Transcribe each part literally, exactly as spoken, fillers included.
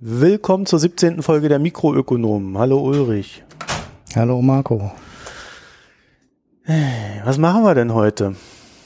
Willkommen zur siebzehnten Folge der Mikroökonomen. Hallo Ulrich. Hallo Marco. Was machen wir denn heute?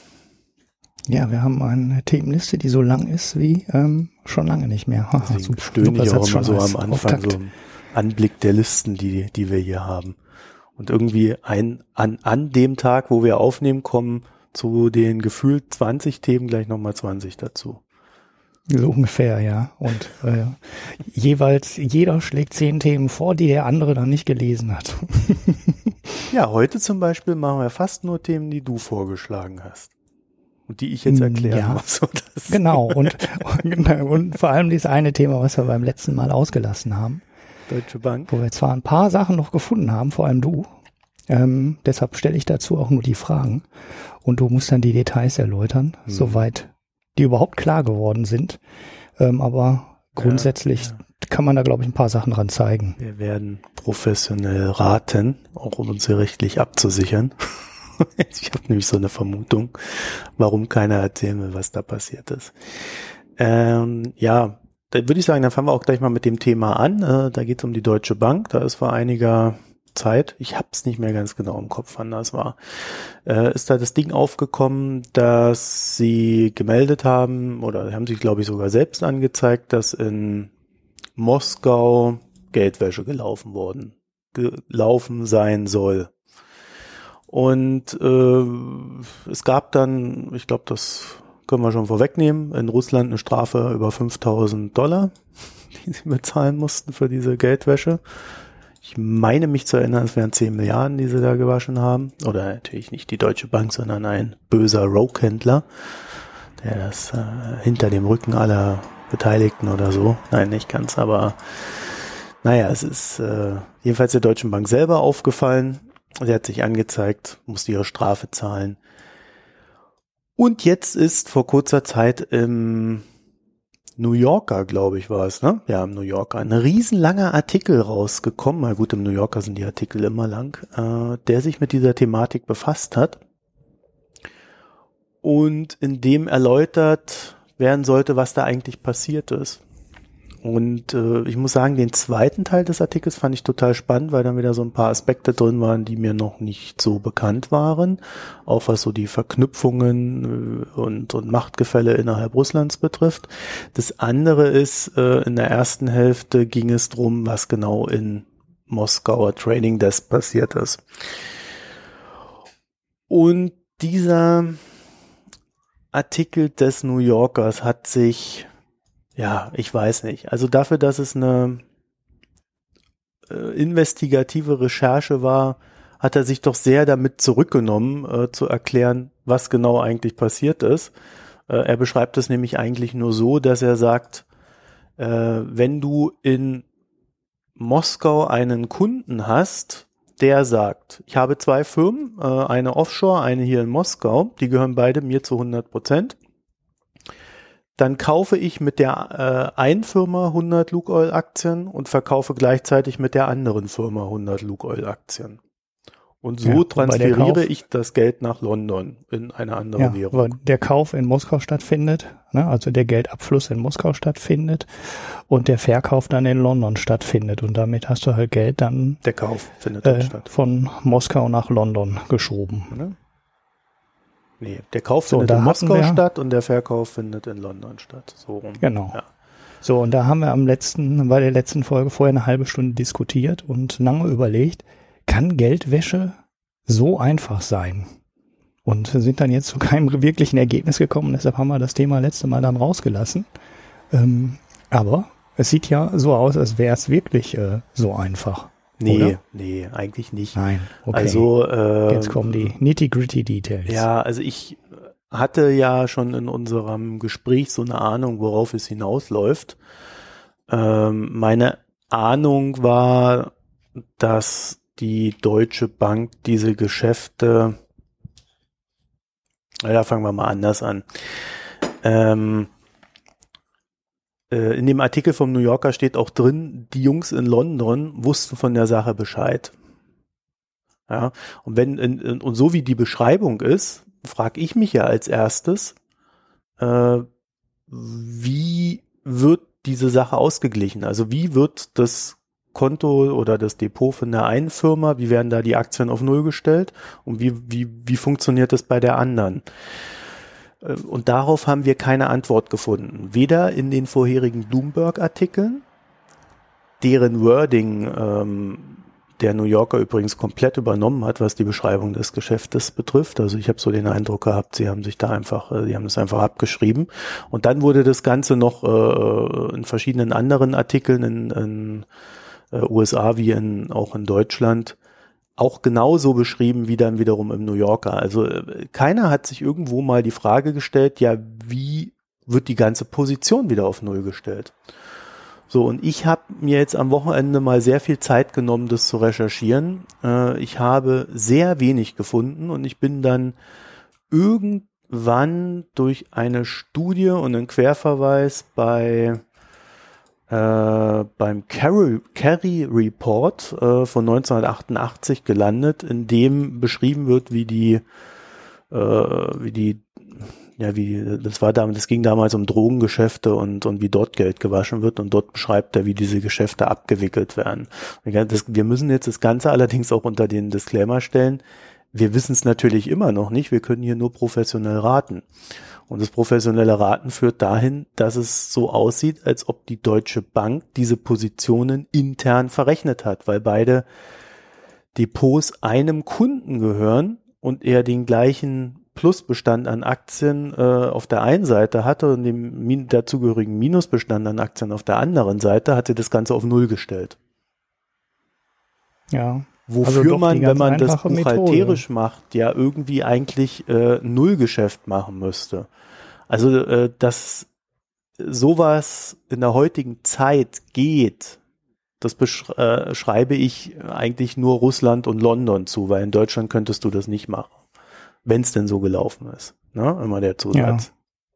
Ja, wir haben eine Themenliste, die so lang ist wie ähm, schon lange nicht mehr. Haha, Deswegen super, stöhne super ich auch Satz immer schon so als am Anfang, Auftakt. so im Anblick der Listen, die, die wir hier haben. Und irgendwie ein, an, an dem Tag, wo wir aufnehmen, kommen zu den gefühlt zwanzig Themen gleich nochmal zwanzig dazu. So ungefähr, ja. Und äh, jeweils, jeder schlägt zehn Themen vor, die der andere dann nicht gelesen hat. Ja, heute zum Beispiel machen wir fast nur Themen, die du vorgeschlagen hast. Und die ich jetzt erklären ja, muss. So, das genau. Und, und, und vor allem dieses eine Thema, was wir beim letzten Mal ausgelassen haben. Deutsche Bank. Wo wir zwar ein paar Sachen noch gefunden haben, vor allem du. Ähm, deshalb stelle ich dazu auch nur die Fragen. Und du musst dann die Details erläutern, hm. soweit die überhaupt klar geworden sind. Ähm, aber grundsätzlich ja, ja. kann man da, glaube ich, ein paar Sachen dran zeigen. Wir werden professionell raten, auch um uns hier rechtlich abzusichern. Ich habe nämlich so eine Vermutung, warum keiner erzählen will, was da passiert ist. Ähm, ja, da würde ich sagen, dann fangen wir auch gleich mal mit dem Thema an. Äh, da geht es um die Deutsche Bank. Da ist vor einiger Zeit, ich habe es nicht mehr ganz genau im Kopf, wann das war, äh, ist da das Ding aufgekommen, dass sie gemeldet haben, oder haben sich, glaube ich, sogar selbst angezeigt, dass in Moskau Geldwäsche gelaufen worden, gelaufen sein soll. Und äh, es gab dann, ich glaube, das können wir schon vorwegnehmen, in Russland eine Strafe über fünftausend Dollar, die sie bezahlen mussten für diese Geldwäsche. Ich meine mich zu erinnern, es wären zehn Milliarden, die sie da gewaschen haben. Oder natürlich nicht die Deutsche Bank, sondern ein böser Rogue-Händler, der das äh, hinter dem Rücken aller Beteiligten oder so, nein, nicht ganz, aber naja, es ist äh, jedenfalls der Deutschen Bank selber aufgefallen. Sie hat sich angezeigt, musste ihre Strafe zahlen. Und jetzt ist vor kurzer Zeit im New Yorker, glaube ich, war es, ne? Ja, im New Yorker. Ein riesenlanger Artikel rausgekommen. Na gut, im New Yorker sind die Artikel immer lang, äh, der sich mit dieser Thematik befasst hat. Und in dem erläutert werden sollte, was da eigentlich passiert ist. Und äh, ich muss sagen, den zweiten Teil des Artikels fand ich total spannend, weil dann wieder so ein paar Aspekte drin waren, die mir noch nicht so bekannt waren. Auch was so die Verknüpfungen äh, und, und Machtgefälle innerhalb Russlands betrifft. Das andere ist, äh, in der ersten Hälfte ging es drum, was genau in Moskauer Trading Desk passiert ist. Und dieser Artikel des New Yorkers hat sich, ja, ich weiß nicht. Also dafür, dass es eine äh, investigative Recherche war, hat er sich doch sehr damit zurückgenommen, äh, zu erklären, was genau eigentlich passiert ist. Äh, er beschreibt es nämlich eigentlich nur so, dass er sagt, äh, wenn du in Moskau einen Kunden hast, der sagt, ich habe zwei Firmen, äh, eine Offshore, eine hier in Moskau, die gehören beide mir zu hundert Prozent. Dann kaufe ich mit der äh, einen Firma hundert Lukoil-Aktien und verkaufe gleichzeitig mit der anderen Firma hundert Lukoil-Aktien. Und so ja, transferiere ich das Geld nach London in eine andere ja, Währung. Weil der Kauf in Moskau stattfindet, ne, also der Geldabfluss in Moskau stattfindet und der Verkauf dann in London stattfindet. Und damit hast du halt Geld dann der Kauf findet äh, statt. Von Moskau nach London geschoben. Ne? Nee, der Kauf so, findet in Moskau statt und der Verkauf findet in London statt. So rum. Genau. Ja. So, und da haben wir am letzten, bei der letzten Folge vorher eine halbe Stunde diskutiert und lange überlegt, kann Geldwäsche so einfach sein? Und sind dann jetzt zu keinem wirklichen Ergebnis gekommen. Deshalb haben wir das Thema letzte Mal dann rausgelassen. Ähm, aber es sieht ja so aus, als wäre es wirklich äh, so einfach. Nee, oder? nee, eigentlich nicht. Nein, okay. Also, äh, jetzt kommen die nitty-gritty Details. Ja, also ich hatte ja schon in unserem Gespräch so eine Ahnung, worauf es hinausläuft. Ähm, meine Ahnung war, dass die Deutsche Bank diese Geschäfte, naja, fangen wir mal anders an. Ähm, In dem Artikel vom New Yorker steht auch drin, die Jungs in London wussten von der Sache Bescheid. Ja, und wenn in, in, und so wie die Beschreibung ist, frage ich mich ja als erstes, äh, wie wird diese Sache ausgeglichen? Also wie wird das Konto oder das Depot von der einen Firma, wie werden da die Aktien auf Null gestellt und wie, wie, wie funktioniert das bei der anderen? Und darauf haben wir keine Antwort gefunden. Weder in den vorherigen Bloomberg-Artikeln, deren Wording ähm, der New Yorker übrigens komplett übernommen hat, was die Beschreibung des Geschäftes betrifft. Also ich habe so den Eindruck gehabt, sie haben sich da einfach, äh, sie haben das einfach abgeschrieben. Und dann wurde das Ganze noch äh, in verschiedenen anderen Artikeln in, in äh, U S A wie in, auch in Deutschland auch genauso beschrieben wie dann wiederum im New Yorker. Also äh, keiner hat sich irgendwo mal die Frage gestellt, ja, wie wird die ganze Position wieder auf Null gestellt? So, und ich habe mir jetzt am Wochenende mal sehr viel Zeit genommen, das zu recherchieren. Äh, ich habe sehr wenig gefunden und ich bin dann irgendwann durch eine Studie und einen Querverweis bei äh, beim Kerry, Kerry Report äh, von neunzehnhundertachtundachtzig gelandet, in dem beschrieben wird, wie die äh, wie die Ja, wie, das war damals, das ging damals um Drogengeschäfte und, und wie dort Geld gewaschen wird und dort beschreibt er, wie diese Geschäfte abgewickelt werden. Das, wir müssen jetzt das Ganze allerdings auch unter den Disclaimer stellen. Wir wissen es natürlich immer noch nicht. Wir können hier nur professionell raten. Und das professionelle Raten führt dahin, dass es so aussieht, als ob die Deutsche Bank diese Positionen intern verrechnet hat, weil beide Depots einem Kunden gehören und er den gleichen Plusbestand an Aktien äh, auf der einen Seite hatte und den min- dazugehörigen Minusbestand an Aktien auf der anderen Seite, hatte das Ganze auf Null gestellt. Ja. Wofür also man, wenn man das buchhalterisch Methode. macht, ja irgendwie eigentlich äh, Nullgeschäft machen müsste. Also, äh, dass sowas in der heutigen Zeit geht, das besch- äh, schreibe ich eigentlich nur Russland und London zu, weil in Deutschland könntest du das nicht machen. Wenn es denn so gelaufen ist. Ne? Immer der Zusatz.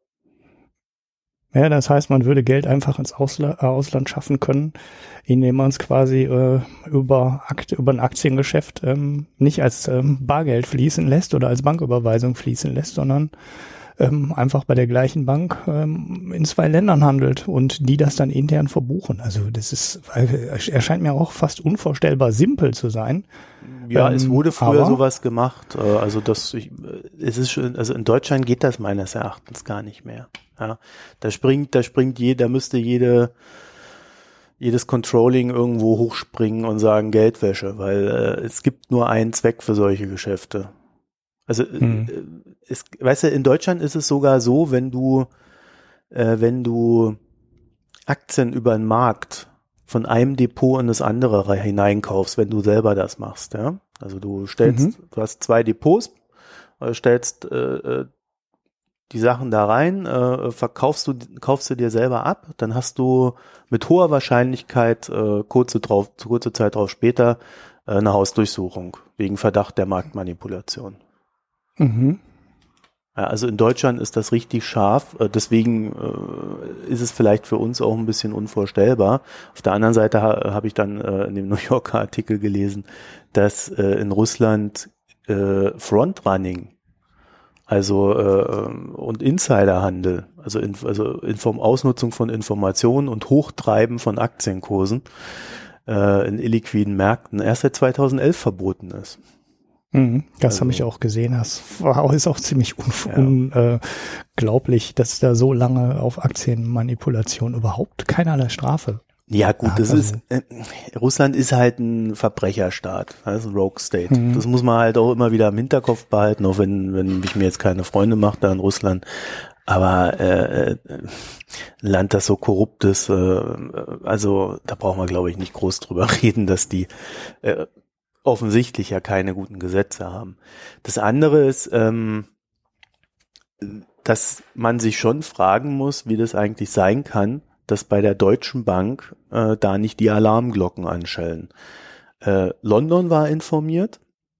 Ja. ja, das heißt, man würde Geld einfach ins Ausla- äh, Ausland schaffen können, indem man es quasi äh, über, Akt- über ein Aktiengeschäft ähm, nicht als ähm, Bargeld fließen lässt oder als Banküberweisung fließen lässt, sondern ähm, einfach bei der gleichen Bank ähm, in zwei Ländern handelt und die das dann intern verbuchen. Also das ist, äh, erscheint mir auch fast unvorstellbar simpel zu sein. Ja, ähm, es wurde früher aber, sowas gemacht. Äh, also das, ich, es ist schon, also in Deutschland geht das meines Erachtens gar nicht mehr. Ja, da springt, da springt jeder, da müsste jede jedes Controlling irgendwo hochspringen und sagen Geldwäsche, weil äh, es gibt nur einen Zweck für solche Geschäfte. Also hm. äh, es, weißt du, in Deutschland ist es sogar so, wenn du äh, wenn du Aktien über den Markt von einem Depot in das andere hineinkaufst, wenn du selber das machst, ja. Also du stellst, mhm. du hast zwei Depots, äh, stellst äh, die Sachen da rein, äh, verkaufst du, kaufst du dir selber ab, dann hast du mit hoher Wahrscheinlichkeit äh, kurze, drauf, kurze Zeit drauf später äh, eine Hausdurchsuchung wegen Verdacht der Marktmanipulation. Mhm. Ja, also in Deutschland ist das richtig scharf, äh, deswegen äh, ist es vielleicht für uns auch ein bisschen unvorstellbar. Auf der anderen Seite ha, habe ich dann äh, in dem New Yorker Artikel gelesen, dass äh, in Russland äh, Frontrunning, also äh, und Insiderhandel, also in, also Inform Ausnutzung von Informationen und Hochtreiben von Aktienkursen äh, in illiquiden Märkten erst seit zweitausendelf verboten ist. Mhm, das also, habe ich auch gesehen. Das war, ist auch ziemlich unglaublich, ja. dass da so lange auf Aktienmanipulation überhaupt keinerlei Strafe. Ja gut, hat. das also, ist äh, Russland ist halt ein Verbrecherstaat, also ein Rogue State. Mhm. Das muss man halt auch immer wieder im Hinterkopf behalten, auch wenn wenn ich mir jetzt keine Freunde mache da in Russland. Aber äh, ein Land, das so korrupt ist, äh, also da brauchen wir, glaube ich, nicht groß drüber reden, dass die äh, offensichtlich ja keine guten Gesetze haben. Das andere ist, ähm, dass man sich schon fragen muss, wie das eigentlich sein kann, dass bei der Deutschen Bank äh, da nicht die Alarmglocken anschellen. Äh, London war informiert.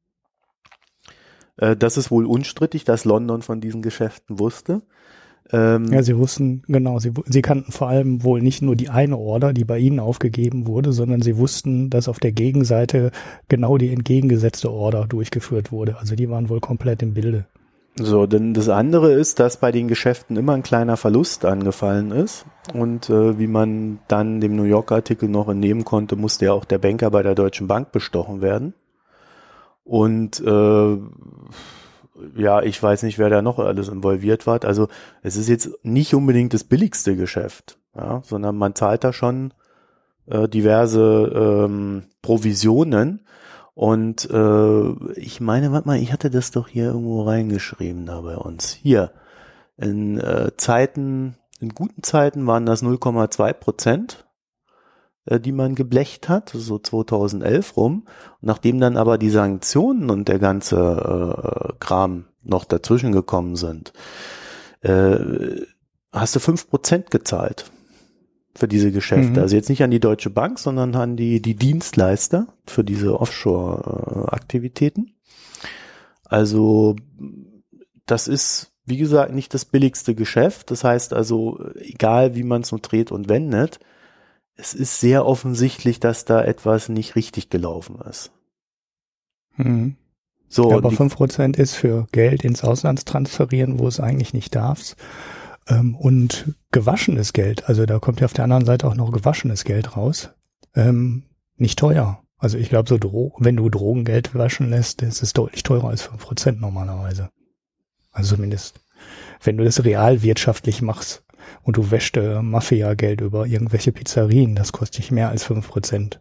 Äh, das ist wohl unstrittig, dass London von diesen Geschäften wusste. Ähm, ja, sie wussten, genau, sie, sie kannten vor allem wohl nicht nur die eine Order, die bei ihnen aufgegeben wurde, sondern sie wussten, dass auf der Gegenseite genau die entgegengesetzte Order durchgeführt wurde. Also die waren wohl komplett im Bilde. So, denn das andere ist, dass bei den Geschäften immer ein kleiner Verlust angefallen ist. Und äh, wie man dann dem New Yorker Artikel noch entnehmen konnte, musste ja auch der Banker bei der Deutschen Bank bestochen werden. Und äh, ja, ich weiß nicht, wer da noch alles involviert war. Also es ist jetzt nicht unbedingt das billigste Geschäft, ja, sondern man zahlt da schon äh, diverse ähm, Provisionen. Und äh, ich meine, warte mal, ich hatte das doch hier irgendwo reingeschrieben da bei uns. Hier, in äh, Zeiten, in guten Zeiten waren das null Komma zwei Prozent, äh, die man geblecht hat, so zweitausendelf rum. Und nachdem dann aber die Sanktionen und der ganze äh, Kram noch dazwischen gekommen sind, äh, hast du fünf Prozent gezahlt für diese Geschäfte. Mhm. Also jetzt nicht an die Deutsche Bank, sondern an die, die Dienstleister für diese Offshore-Aktivitäten. Also das ist, wie gesagt, nicht das billigste Geschäft. Das heißt also, egal wie man es nun dreht und wendet, es ist sehr offensichtlich, dass da etwas nicht richtig gelaufen ist. Mhm. So, ja, aber die, fünf Prozent ist für Geld ins Ausland transferieren, wo es eigentlich nicht darfst. Ähm, und gewaschenes Geld, also da kommt ja auf der anderen Seite auch noch gewaschenes Geld raus, ähm, nicht teuer. Also ich glaube, so Dro- wenn du Drogengeld waschen lässt, ist es deutlich teurer als fünf Prozent normalerweise. Also zumindest, wenn du das real wirtschaftlich machst und du wäschst äh, Mafia-Geld über irgendwelche Pizzerien, das kostet dich mehr als fünf Prozent.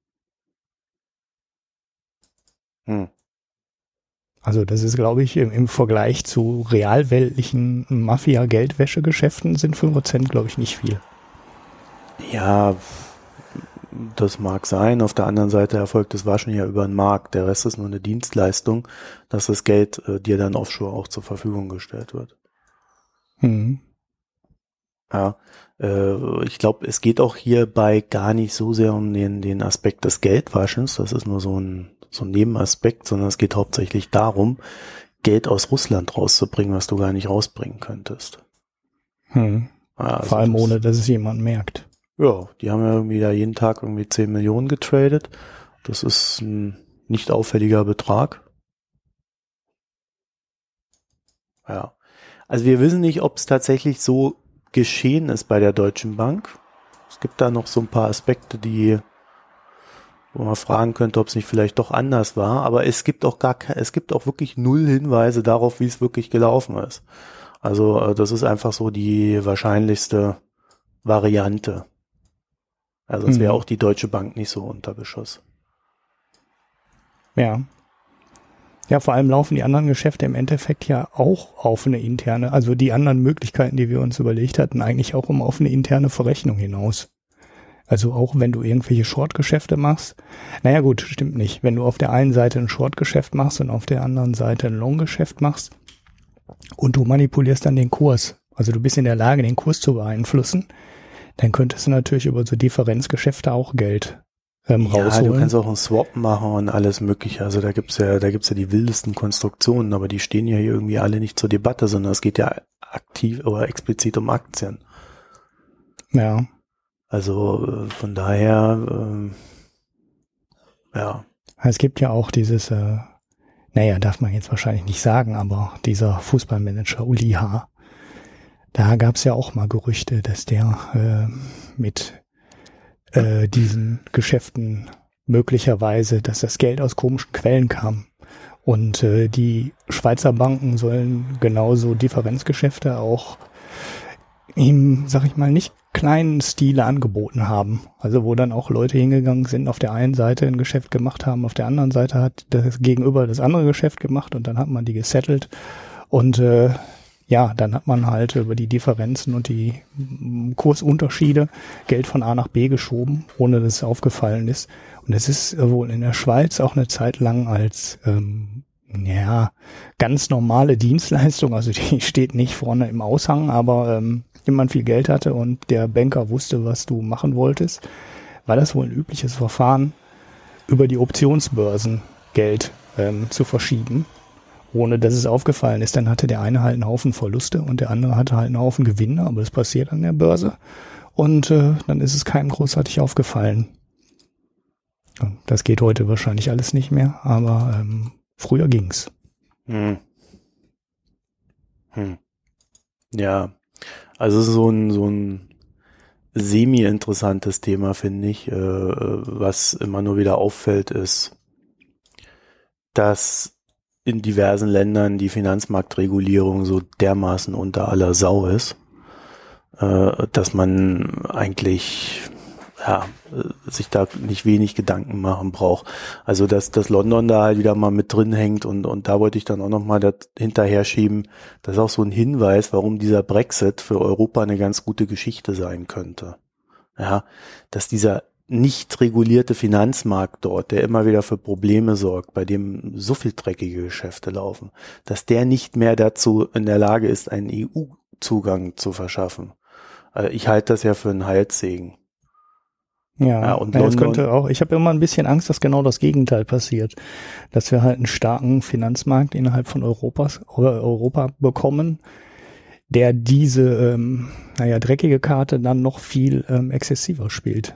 Hm. Also das ist, glaube ich, im, im Vergleich zu realweltlichen Mafia-Geldwäschegeschäften sind fünf Prozent, glaube ich, nicht viel. Ja, das mag sein. Auf der anderen Seite erfolgt das Waschen ja über den Markt. Der Rest ist nur eine Dienstleistung, dass das Geld äh, dir dann offshore auch zur Verfügung gestellt wird. Hm. Ja, äh, ich glaube, es geht auch hierbei gar nicht so sehr um den, den Aspekt des Geldwaschens. Das ist nur so ein so ein Nebenaspekt, sondern es geht hauptsächlich darum, Geld aus Russland rauszubringen, was du gar nicht rausbringen könntest. Hm. Also vor allem das, ohne, dass es jemand merkt. Ja, die haben ja irgendwie da jeden Tag irgendwie zehn Millionen getradet. Das ist ein nicht auffälliger Betrag. Ja. Also wir wissen nicht, ob es tatsächlich so geschehen ist bei der Deutschen Bank. Es gibt da noch so ein paar Aspekte, die wo man fragen könnte, ob es nicht vielleicht doch anders war, aber es gibt auch gar ke- es gibt auch wirklich null Hinweise darauf, wie es wirklich gelaufen ist. Also das ist einfach so die wahrscheinlichste Variante. Also sonst wäre auch die Deutsche Bank nicht so unter Beschuss. Ja. Ja, vor allem laufen die anderen Geschäfte im Endeffekt ja auch auf eine interne, also die anderen Möglichkeiten, die wir uns überlegt hatten, eigentlich auch um auf eine interne Verrechnung hinaus. Also auch wenn du irgendwelche Short-Geschäfte machst, naja gut, stimmt nicht. Wenn du auf der einen Seite ein Short-Geschäft machst und auf der anderen Seite ein Long-Geschäft machst und du manipulierst dann den Kurs, also du bist in der Lage, den Kurs zu beeinflussen, dann könntest du natürlich über so Differenzgeschäfte auch Geld ähm, ja, rausholen. Du kannst auch einen Swap machen und alles mögliche. Also da gibt's ja, da gibt's ja die wildesten Konstruktionen, aber die stehen ja hier irgendwie alle nicht zur Debatte, sondern es geht ja aktiv oder explizit um Aktien. Ja. Also von daher, äh, ja. Es gibt ja auch dieses, äh, naja, darf man jetzt wahrscheinlich nicht sagen, aber dieser Fußballmanager Uli H., da gab es ja auch mal Gerüchte, dass der äh, mit äh, diesen Geschäften möglicherweise, dass das Geld aus komischen Quellen kam. Und äh, die Schweizer Banken sollen genauso Differenzgeschäfte auch im, sag ich mal, nicht kleinen Stile angeboten haben. Also wo dann auch Leute hingegangen sind, auf der einen Seite ein Geschäft gemacht haben, auf der anderen Seite hat das Gegenüber das andere Geschäft gemacht und dann hat man die gesettelt und äh, ja, dann hat man halt über die Differenzen und die Kursunterschiede Geld von A nach B geschoben, ohne dass es aufgefallen ist. Und es ist wohl in der Schweiz auch eine Zeit lang als ähm, ja ganz normale Dienstleistung, also die steht nicht vorne im Aushang, aber ähm, wenn man viel Geld hatte und der Banker wusste, was du machen wolltest, war das wohl ein übliches Verfahren, über die Optionsbörsen Geld ähm, zu verschieben, ohne dass es aufgefallen ist. Dann hatte der eine halt einen Haufen Verluste und der andere hatte halt einen Haufen Gewinne, aber das passiert an der Börse und äh, dann ist es keinem großartig aufgefallen. Das geht heute wahrscheinlich alles nicht mehr, aber ähm, früher ging's. Hm. Hm. Ja, also so ein so ein semi-interessantes Thema, finde ich. Äh, was immer nur wieder auffällt, ist, dass in diversen Ländern die Finanzmarktregulierung so dermaßen unter aller Sau ist, äh, dass man eigentlich ja, sich da nicht wenig Gedanken machen braucht. Also dass, dass London da halt wieder mal mit drin hängt und, und da wollte ich dann auch nochmal hinterher schieben, das ist auch so ein Hinweis, warum dieser Brexit für Europa eine ganz gute Geschichte sein könnte. Ja, dass dieser nicht regulierte Finanzmarkt dort, der immer wieder für Probleme sorgt, bei dem so viel dreckige Geschäfte laufen, dass der nicht mehr dazu in der Lage ist, einen E U-Zugang zu verschaffen. Also ich halte das ja für einen Heilssegen. Ja, ja, und ja, das könnte auch, ich habe immer ein bisschen Angst, dass genau das Gegenteil passiert, dass wir halt einen starken Finanzmarkt innerhalb von Europas, Europa bekommen, der diese, ähm, naja, dreckige Karte dann noch viel ähm, exzessiver spielt.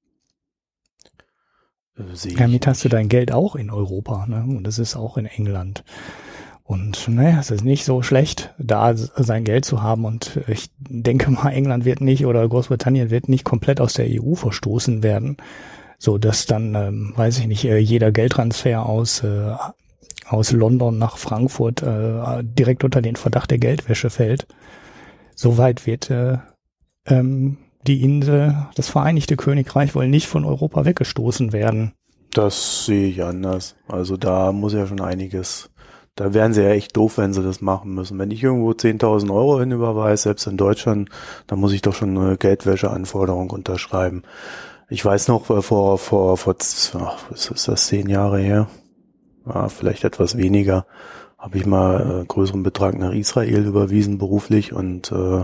Äh, Damit hast du dein Geld auch in Europa, ne? Und das ist auch in England. Und naja, es ist nicht so schlecht, da sein Geld zu haben. Und ich denke mal, England wird nicht oder Großbritannien wird nicht komplett aus der E U verstoßen werden, so dass dann, ähm, weiß ich nicht, jeder Geldtransfer aus äh, aus London nach Frankfurt äh, direkt unter den Verdacht der Geldwäsche fällt. Soweit wird äh, ähm, die Insel, das Vereinigte Königreich, wohl nicht von Europa weggestoßen werden. Das sehe ich anders. Also da muss ja schon einiges. Da wären sie ja echt doof, wenn sie das machen müssen. Wenn ich irgendwo zehntausend Euro hinüberweise, selbst in Deutschland, dann muss ich doch schon eine Geldwäscheanforderung unterschreiben. Ich weiß noch, vor, vor, vor, ach, was ist das, zehn Jahre her? Ja, vielleicht etwas weniger. Habe ich mal einen äh, größeren Betrag nach Israel überwiesen, beruflich, und äh,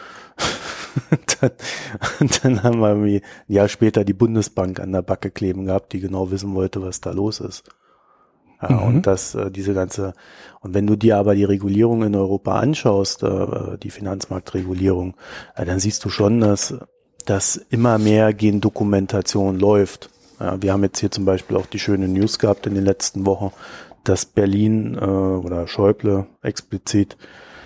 dann, dann haben wir ein Jahr später die Bundesbank an der Backe kleben gehabt, die genau wissen wollte, was da los ist. Ja, mhm. Und das, äh, diese ganze, und wenn du dir aber die Regulierung in Europa anschaust, äh, die Finanzmarktregulierung, äh, dann siehst du schon, dass, dass immer mehr Gendokumentation läuft. Ja, wir haben jetzt hier zum Beispiel auch die schöne News gehabt in den letzten Wochen, dass Berlin äh, oder Schäuble explizit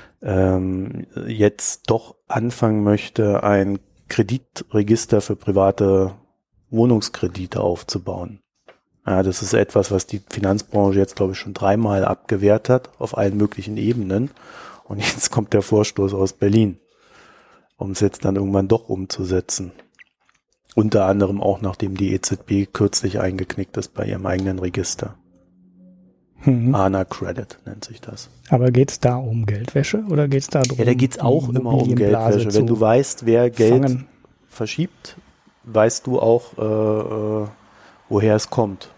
ähm, jetzt doch anfangen möchte, ein Kreditregister für private Wohnungskredite aufzubauen. Ja, das ist etwas, was die Finanzbranche jetzt, glaube ich, schon dreimal abgewehrt hat, auf allen möglichen Ebenen. Und jetzt kommt der Vorstoß aus Berlin, um es jetzt dann irgendwann doch umzusetzen. Unter anderem auch, nachdem die E Z B kürzlich eingeknickt ist bei ihrem eigenen Register. Mhm. A N A Credit nennt sich das. Aber geht es da um Geldwäsche oder geht es da darum? Ja, da geht es auch immer um Geldwäsche. Wenn du weißt, wer Geld fangen. verschiebt, weißt du auch, äh, woher es kommt.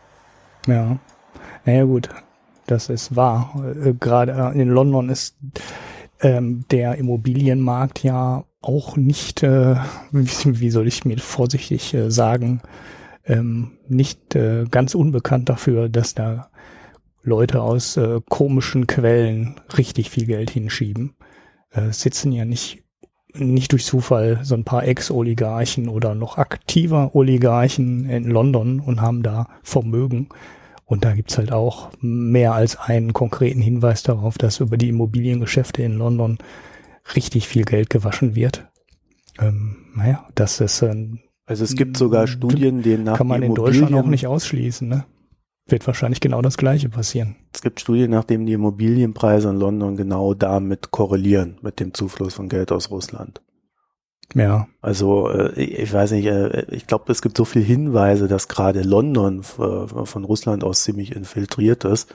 Ja, naja gut, das ist wahr. Äh, Gerade in London ist ähm, der Immobilienmarkt ja auch nicht, äh, wie, wie soll ich mir vorsichtig äh, sagen, ähm, nicht äh, ganz unbekannt dafür, dass da Leute aus äh, komischen Quellen richtig viel Geld hinschieben. Äh, sitzen ja nicht nicht durch Zufall so ein paar Ex-Oligarchen oder noch aktiver Oligarchen in London und haben da Vermögen. Und da gibt's halt auch mehr als einen konkreten Hinweis darauf, dass über die Immobiliengeschäfte in London richtig viel Geld gewaschen wird. Ähm, naja, das ist ein... Also es gibt sogar Studien, denen nach kann man in Deutschland auch nicht ausschließen, ne? Wird wahrscheinlich genau das Gleiche passieren. Es gibt Studien, nachdem die Immobilienpreise in London genau damit korrelieren, mit dem Zufluss von Geld aus Russland. Ja. Also ich weiß nicht, ich glaube, es gibt so viele Hinweise, dass gerade London von Russland aus ziemlich infiltriert ist,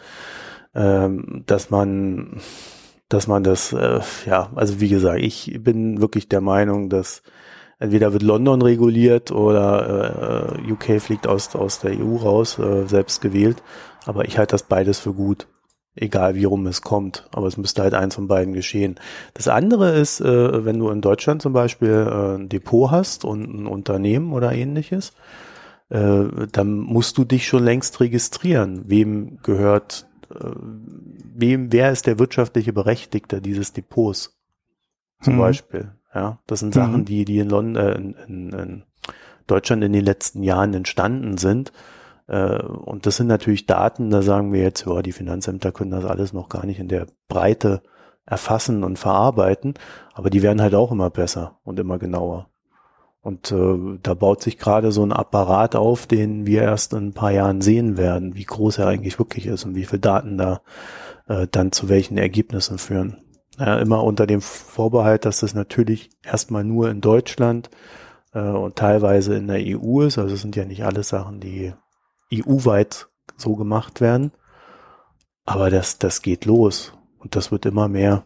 dass man, dass man das, ja, also wie gesagt, ich bin wirklich der Meinung, dass entweder wird London reguliert oder äh, U K fliegt aus, aus der E U raus, äh, selbst gewählt. Aber ich halte das beides für gut, egal wie rum es kommt. Aber es müsste halt eins von beiden geschehen. Das andere ist, äh, wenn du in Deutschland zum Beispiel äh, ein Depot hast und ein Unternehmen oder ähnliches, äh, dann musst du dich schon längst registrieren. Wem gehört, äh, wem, wer ist der wirtschaftliche Berechtigte dieses Depots zum mhm. Beispiel? Ja, das sind Sachen, die, die in, London, äh, in, in, in Deutschland in den letzten Jahren entstanden sind. Äh, und das sind natürlich Daten, da sagen wir jetzt, ja, die Finanzämter können das alles noch gar nicht in der Breite erfassen und verarbeiten, aber die werden halt auch immer besser und immer genauer. Und äh, da baut sich gerade so ein Apparat auf, den wir erst in ein paar Jahren sehen werden, wie groß er eigentlich wirklich ist und wie viele Daten da äh, dann zu welchen Ergebnissen führen. Ja, immer unter dem Vorbehalt, dass das natürlich erstmal nur in Deutschland äh, und teilweise in der E U ist. Also es sind ja nicht alle Sachen, die E U-weit so gemacht werden. Aber das, das geht los und das wird immer mehr.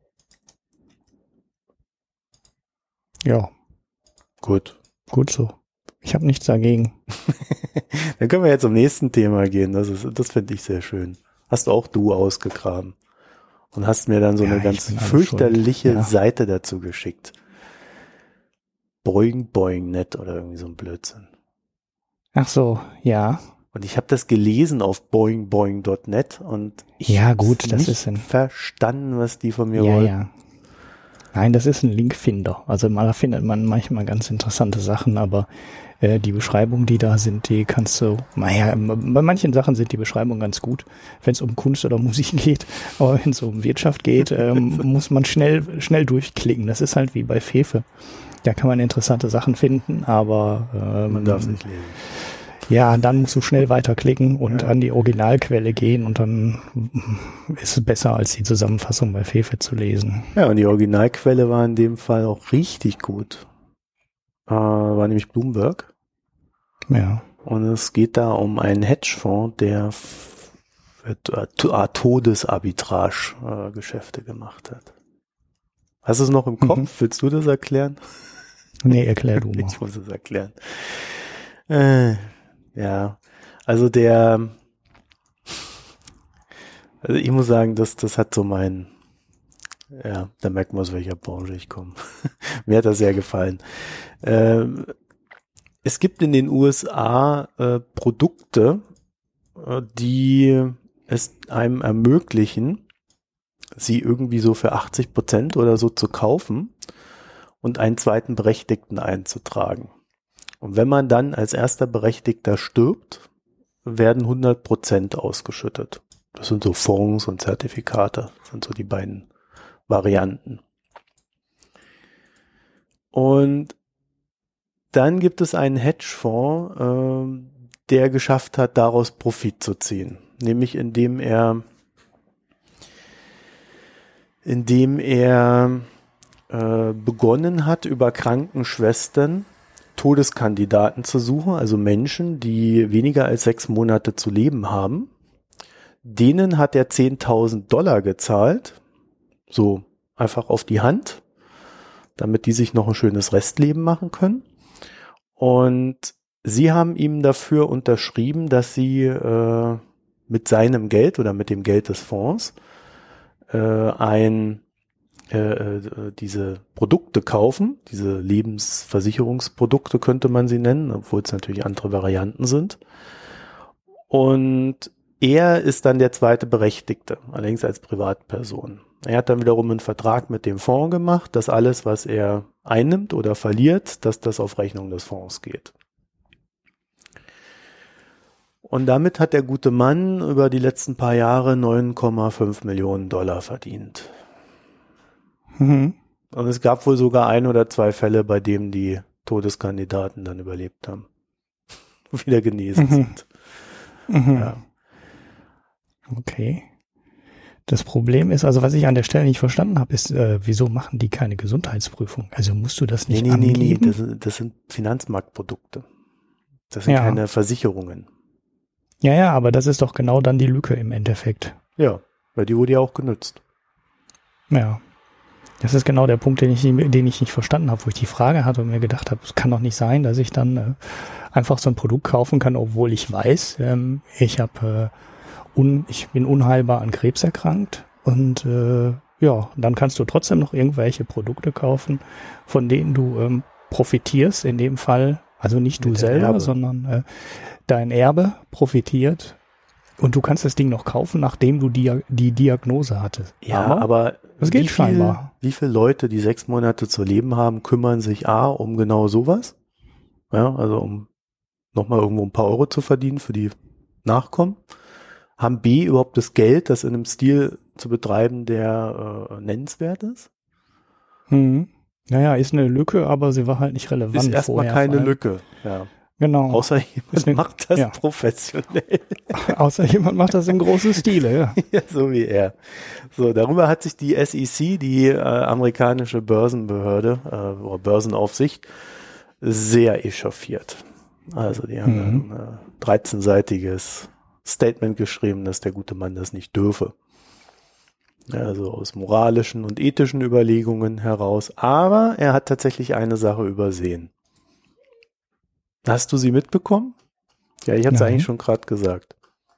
Ja. Gut. Gut so. Ich habe nichts dagegen. Dann können wir jetzt zum nächsten Thema gehen. Das ist, das finde ich sehr schön. Hast auch du ausgegraben und hast mir dann so Ja, eine ich ganz bin alles fürchterliche schuld. Ja. Seite dazu geschickt. Boing Boing Net oder irgendwie so ein Blödsinn. Ach so, ja. Und ich habe das gelesen auf boing boing Punkt net und ich Ja, habe gut, das nicht ist ein- verstanden, was die von mir Ja, wollten. ja. Nein, das ist ein Linkfinder. Also mal findet man manchmal ganz interessante Sachen, aber äh, die Beschreibungen, die da sind, die kannst du, naja, bei manchen Sachen sind die Beschreibungen ganz gut, wenn es um Kunst oder Musik geht, aber wenn es um Wirtschaft geht, ähm, muss man schnell schnell durchklicken. Das ist halt wie bei Fefe. Da kann man interessante Sachen finden, aber ähm, Man darf es nicht lesen. ja, dann musst du schnell weiterklicken und Ja. an die Originalquelle gehen und dann ist es besser, als die Zusammenfassung bei Fefe zu lesen. Ja, und die Originalquelle war in dem Fall auch richtig gut. Äh, war nämlich Bloomberg. Ja. Und es geht da um einen Hedgefonds, der f- äh, Todesarbitrage-Geschäfte gemacht hat. Hast du es noch im Kopf? Mhm. Willst du das erklären? Nee, erklär du mal. Ich muss es erklären. Äh, ja, also der, also ich muss sagen, das, das hat so mein, ja, da merkt man, aus welcher Branche ich komme. Mir hat das sehr gefallen. Ähm, es gibt in den U S A äh, Produkte, äh, die es einem ermöglichen, sie irgendwie so für achtzig Prozent oder so zu kaufen und einen zweiten Berechtigten einzutragen. Und wenn man dann als erster Berechtigter stirbt, werden hundert Prozent ausgeschüttet. Das sind so Fonds und Zertifikate, das sind so die beiden Varianten. Und dann gibt es einen Hedgefonds, äh, der geschafft hat, daraus Profit zu ziehen. Nämlich indem er, indem er äh, begonnen hat, über Krankenschwestern Todeskandidaten zu suchen, also Menschen, die weniger als sechs Monate zu leben haben. Denen hat er zehntausend Dollar gezahlt, so einfach auf die Hand, damit die sich noch ein schönes Restleben machen können. Und sie haben ihm dafür unterschrieben, dass sie äh, mit seinem Geld oder mit dem Geld des Fonds äh, ein Äh, diese Produkte kaufen, diese Lebensversicherungsprodukte könnte man sie nennen, obwohl es natürlich andere Varianten sind. Und er ist dann der zweite Berechtigte, allerdings als Privatperson. Er hat dann wiederum einen Vertrag mit dem Fonds gemacht, dass alles, was er einnimmt oder verliert, dass das auf Rechnung des Fonds geht. Und damit hat der gute Mann über die letzten paar Jahre neun Komma fünf Millionen Dollar verdient. Mhm. Und es gab wohl sogar ein oder zwei Fälle, bei denen die Todeskandidaten dann überlebt haben. Wieder genesen Mhm. sind. Mhm. Ja. Okay. Das Problem ist, also was ich an der Stelle nicht verstanden habe, ist, äh, wieso machen die keine Gesundheitsprüfung? Also musst du das Nee, nicht nee, nee, nee, angeben? das, sind- das sind Finanzmarktprodukte. Das sind Ja. keine Versicherungen. Ja, ja, aber das ist doch genau dann die Lücke im Endeffekt. Ja, weil die wurde ja auch genutzt. Ja. Das ist genau der Punkt, den ich, den ich nicht verstanden habe, wo ich die Frage hatte und mir gedacht habe, es kann doch nicht sein, dass ich dann äh, einfach so ein Produkt kaufen kann, obwohl ich weiß, ähm, ich habe äh, un, ich bin unheilbar an Krebs erkrankt und äh, ja, dann kannst du trotzdem noch irgendwelche Produkte kaufen, von denen du ähm, profitierst, in dem Fall, also nicht du Mit der selber, Erbe. sondern äh, dein Erbe profitiert und du kannst das Ding noch kaufen, nachdem du die, die Diagnose hattest. Ja, aber, das wie geht viel, scheinbar. wie viele Leute, die sechs Monate zu leben haben, kümmern sich A, um genau sowas? Ja, also um nochmal irgendwo ein paar Euro zu verdienen für die Nachkommen. Haben B, überhaupt das Geld, das in einem Stil zu betreiben, der äh, nennenswert ist? Mhm. Naja, ist eine Lücke, aber sie war halt nicht relevant. Ist erstmal keine Lücke, ja. Genau. Außer jemand eine, macht das ja. professionell. Außer jemand macht das in großem Stile, ja. Ja, so wie er. So, darüber hat sich die S E C, die äh, amerikanische Börsenbehörde äh, oder Börsenaufsicht, sehr echauffiert. Also die haben mhm. ein äh, dreizehnseitiges Statement geschrieben, dass der gute Mann das nicht dürfe. Also aus moralischen und ethischen Überlegungen heraus. Aber er hat tatsächlich eine Sache übersehen. Hast du sie mitbekommen? Ja, ich hatte es eigentlich schon gerade gesagt.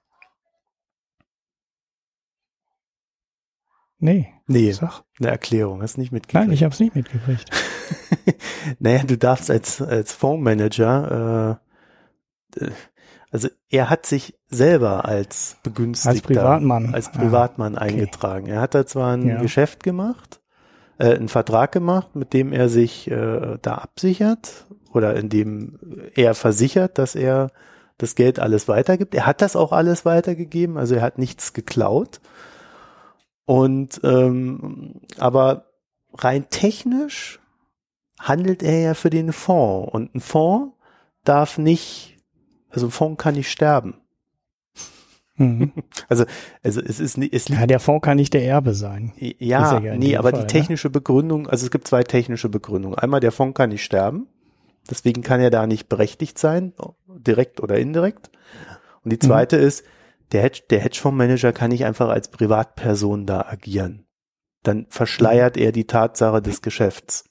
Nee. Nee, Sag. Eine Erklärung. Hast du nicht mitgekriegt? Nein, ich habe es nicht mitgekriegt. Naja, du darfst als, als Fondsmanager, äh, also er hat sich selber als Begünstigter, als Privatmann, als Privatmann ah, okay. eingetragen. Er hat da zwar ein ja. Geschäft gemacht, äh, einen Vertrag gemacht, mit dem er sich äh, da absichert oder in dem er versichert, dass er das Geld alles weitergibt. Er hat das auch alles weitergegeben, also er hat nichts geklaut. Und ähm, aber rein technisch handelt er ja für den Fonds und ein Fonds darf nicht, also ein Fonds kann nicht sterben. Mhm. Also, also es ist nicht, es ja, der Fonds kann nicht der Erbe sein. Ja, ja nee, aber Fall, die technische ne? Begründung, also es gibt zwei technische Begründungen. Einmal, der Fonds kann nicht sterben, deswegen kann er da nicht berechtigt sein, direkt oder indirekt. Und die zweite mhm. ist, der Hedge, der Hedgefondsmanager kann nicht einfach als Privatperson da agieren. Dann verschleiert mhm. er die Tatsache des Geschäfts.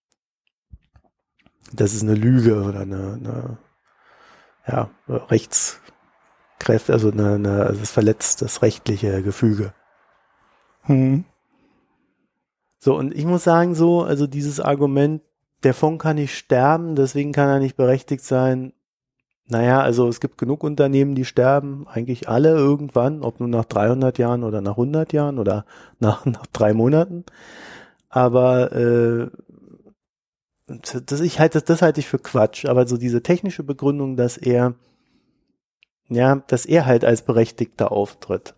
Das ist eine Lüge oder eine, eine ja, Rechtskräfte, also eine, eine, also es verletzt das rechtliche Gefüge. Hm. So, und ich muss sagen, so, also dieses Argument, der Fonds kann nicht sterben, deswegen kann er nicht berechtigt sein. Naja, also es gibt genug Unternehmen, die sterben, eigentlich alle irgendwann, ob nun nach dreihundert Jahren oder nach hundert Jahren oder nach, nach drei Monaten. Aber äh, Das, ich halt, das, das halte ich für Quatsch, aber so diese technische Begründung, dass er, ja, dass er halt als Berechtigter auftritt.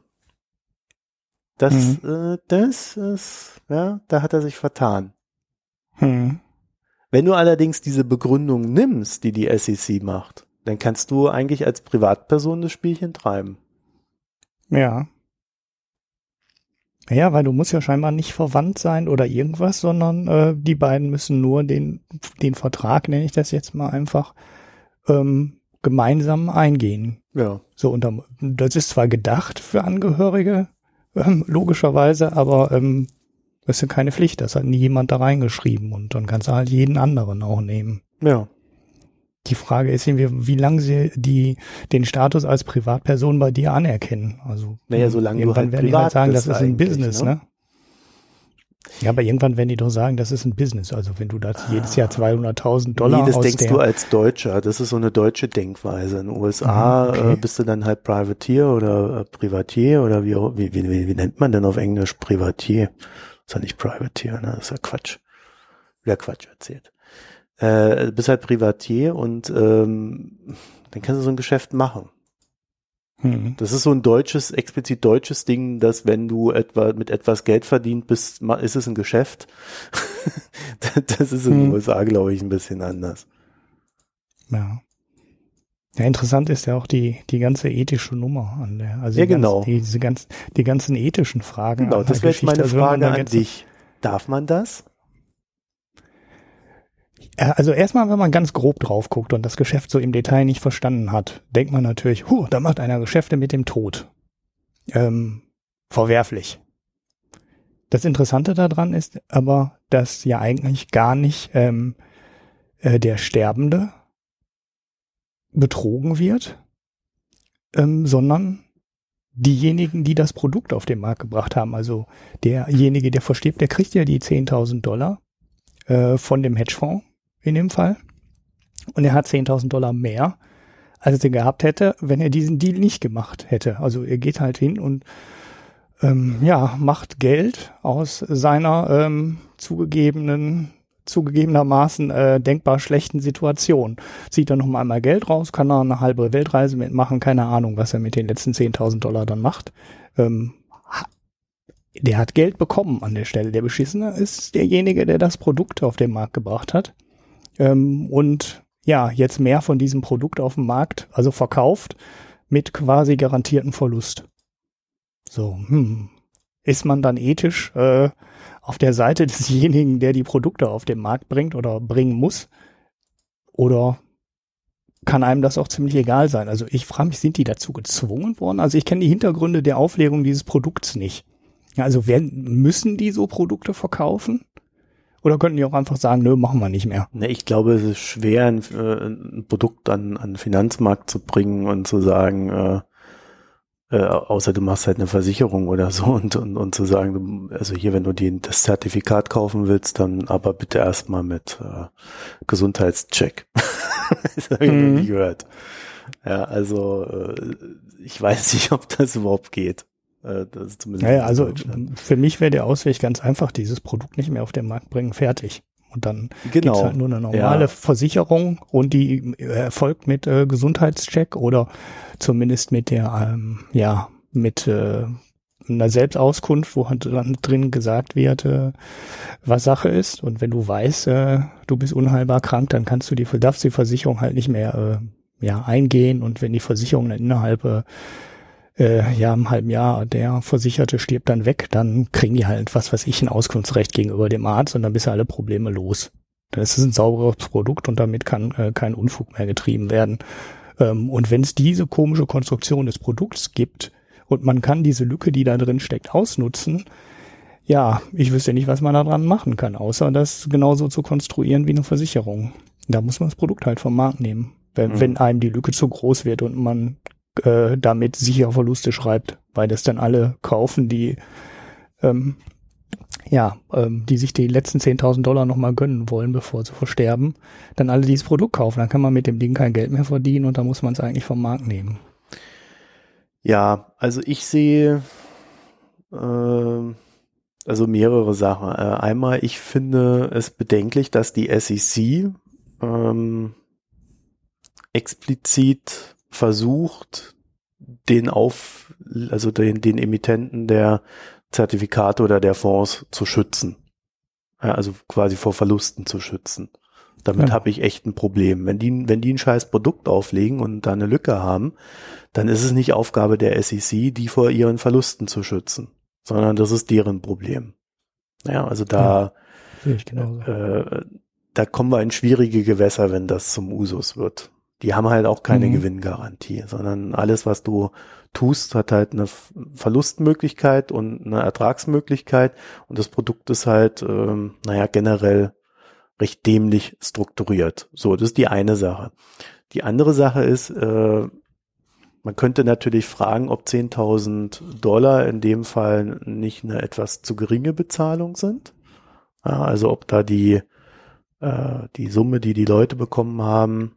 Das, mhm. äh, das ist, ja, da hat er sich vertan. Mhm. Wenn du allerdings diese Begründung nimmst, die die S E C macht, dann kannst du eigentlich als Privatperson das Spielchen treiben. Ja. Ja, weil du musst ja scheinbar nicht verwandt sein oder irgendwas, sondern äh, die beiden müssen nur den, den Vertrag, nenne ich das jetzt mal einfach, ähm, gemeinsam eingehen. Ja. So, und das ist zwar gedacht für Angehörige, ähm, logischerweise, aber ähm, das ist ja keine Pflicht, das hat nie jemand da reingeschrieben und dann kannst du halt jeden anderen auch nehmen. Ja. Die Frage ist, wie, wie lange sie die, den Status als Privatperson bei dir anerkennen. Also, naja, solange irgendwann du halt werden die halt sagen, das ist ein eigentlich, Business, ne? ne? Ja, aber irgendwann werden die doch sagen, das ist ein Business. Also wenn du da ah, jedes Jahr zweihunderttausend Dollar nee, das aus denkst der du als Deutscher. Das ist so eine deutsche Denkweise. In den U S A okay. äh, bist du dann halt Privateer oder äh, Privatier oder wie, wie, wie, wie nennt man denn auf Englisch Privatier? Das ist ja nicht Privateer, ne? Das ist ja Quatsch. Wieder Quatsch erzählt. Äh, du bist halt Privatier und ähm, dann kannst du so ein Geschäft machen. Hm. Das ist so ein deutsches, explizit deutsches Ding, dass wenn du etwa mit etwas Geld verdient bist, ist es ein Geschäft. Das ist in den hm. U S A, glaube ich, ein bisschen anders. Ja. Ja, interessant ist ja auch die die ganze ethische Nummer an der, also ja, die genau. ganzen, die, diese ganzen die ganzen ethischen Fragen. Genau, das wäre jetzt meine also Frage an dich. Darf man das? Also erstmal, wenn man ganz grob drauf guckt und das Geschäft so im Detail nicht verstanden hat, denkt man natürlich, huh, da macht einer Geschäfte mit dem Tod. Ähm, verwerflich. Das Interessante daran ist aber, dass ja eigentlich gar nicht ähm, äh, der Sterbende betrogen wird, ähm, sondern diejenigen, die das Produkt auf den Markt gebracht haben. Also derjenige, der verstirbt, der kriegt ja die zehntausend Dollar äh, von dem Hedgefonds in dem Fall. Und er hat zehntausend Dollar mehr, als er gehabt hätte, wenn er diesen Deal nicht gemacht hätte. Also er geht halt hin und ähm, ja, macht Geld aus seiner ähm, zugegebenen, zugegebenermaßen äh, denkbar schlechten Situation. Zieht dann noch mal einmal Geld raus, kann er eine halbe Weltreise mitmachen, keine Ahnung, was er mit den letzten zehntausend Dollar dann macht. Ähm, der hat Geld bekommen an der Stelle. Der Beschissene ist derjenige, der das Produkt auf den Markt gebracht hat. Ähm, und ja, jetzt mehr von diesem Produkt auf dem Markt, also verkauft, mit quasi garantierten Verlust. So, hm. Ist man dann ethisch äh, auf der Seite desjenigen, der die Produkte auf den Markt bringt oder bringen muss? Oder kann einem das auch ziemlich egal sein? Also ich frage mich, sind die dazu gezwungen worden? Also ich kenne die Hintergründe der Auflegung dieses Produkts nicht. Ja, also werden, müssen die so Produkte verkaufen? Oder könnten die auch einfach sagen, nö, machen wir nicht mehr? Ne, ich glaube, es ist schwer, ein, äh, ein Produkt an, an den Finanzmarkt zu bringen und zu sagen, äh, äh, außer du machst halt eine Versicherung oder so und, und, und zu sagen, du, also hier, wenn du die, das Zertifikat kaufen willst, dann aber bitte erstmal mit äh, Gesundheitscheck. Das habe ich Mhm. noch nie gehört. Ja, also äh, ich weiß nicht, ob das überhaupt geht. Äh, das ist zumindest Naja, in also Deutschland. für mich wäre der Ausweg ganz einfach, dieses Produkt nicht mehr auf den Markt bringen, fertig. Und dann Genau. gibt's halt nur eine normale Ja. Versicherung und die erfolgt mit äh, Gesundheitscheck oder zumindest mit der, ähm, ja, mit äh, einer Selbstauskunft, wo halt dann drin gesagt wird, äh, was Sache ist. Und wenn du weißt, äh, du bist unheilbar krank, dann kannst du die, darfst die Versicherung halt nicht mehr äh, ja, eingehen. Und wenn die Versicherung dann innerhalb äh, äh, ja, im halben Jahr der Versicherte stirbt dann weg, dann kriegen die halt, was weiß ich, ein Auskunftsrecht gegenüber dem Arzt und dann bist du alle Probleme los. Dann ist es ein sauberes Produkt und damit kann äh, kein Unfug mehr getrieben werden. Ähm, und wenn es diese komische Konstruktion des Produkts gibt und man kann diese Lücke, die da drin steckt, ausnutzen, ja, ich wüsste nicht, was man da dran machen kann, außer das genauso zu konstruieren wie eine Versicherung. Da muss man das Produkt halt vom Markt nehmen, wenn, Mhm. wenn einem die Lücke zu groß wird und man äh, damit sicher Verluste schreibt, weil das dann alle kaufen, die ähm, ja, ähm, die sich die letzten zehntausend Dollar nochmal gönnen wollen, bevor sie versterben, dann alle dieses Produkt kaufen. Dann kann man mit dem Ding kein Geld mehr verdienen und dann muss man es eigentlich vom Markt nehmen. Ja, also ich sehe äh, also mehrere Sachen. Äh, einmal, ich finde es bedenklich, dass die S E C ähm, explizit versucht, den auf, also den, den Emittenten der Zertifikate oder der Fonds zu schützen. Ja, also quasi vor Verlusten zu schützen. Damit Ja. habe ich echt ein Problem. Wenn die, wenn die ein scheiß Produkt auflegen und da eine Lücke haben, dann ist es nicht Aufgabe der S E C, die vor ihren Verlusten zu schützen, sondern das ist deren Problem. Ja, also da, Sehe ich genauso. äh, da kommen wir in schwierige Gewässer, wenn das zum Usus wird. Die haben halt auch keine Mhm. Gewinngarantie, sondern alles, was du tust, hat halt eine Verlustmöglichkeit und eine Ertragsmöglichkeit und das Produkt ist halt, ähm, naja, generell recht dämlich strukturiert. So, das ist die eine Sache. Die andere Sache ist, äh, man könnte natürlich fragen, ob zehntausend Dollar in dem Fall nicht eine etwas zu geringe Bezahlung sind. Ja, also ob da die, äh, die Summe, die die Leute bekommen haben,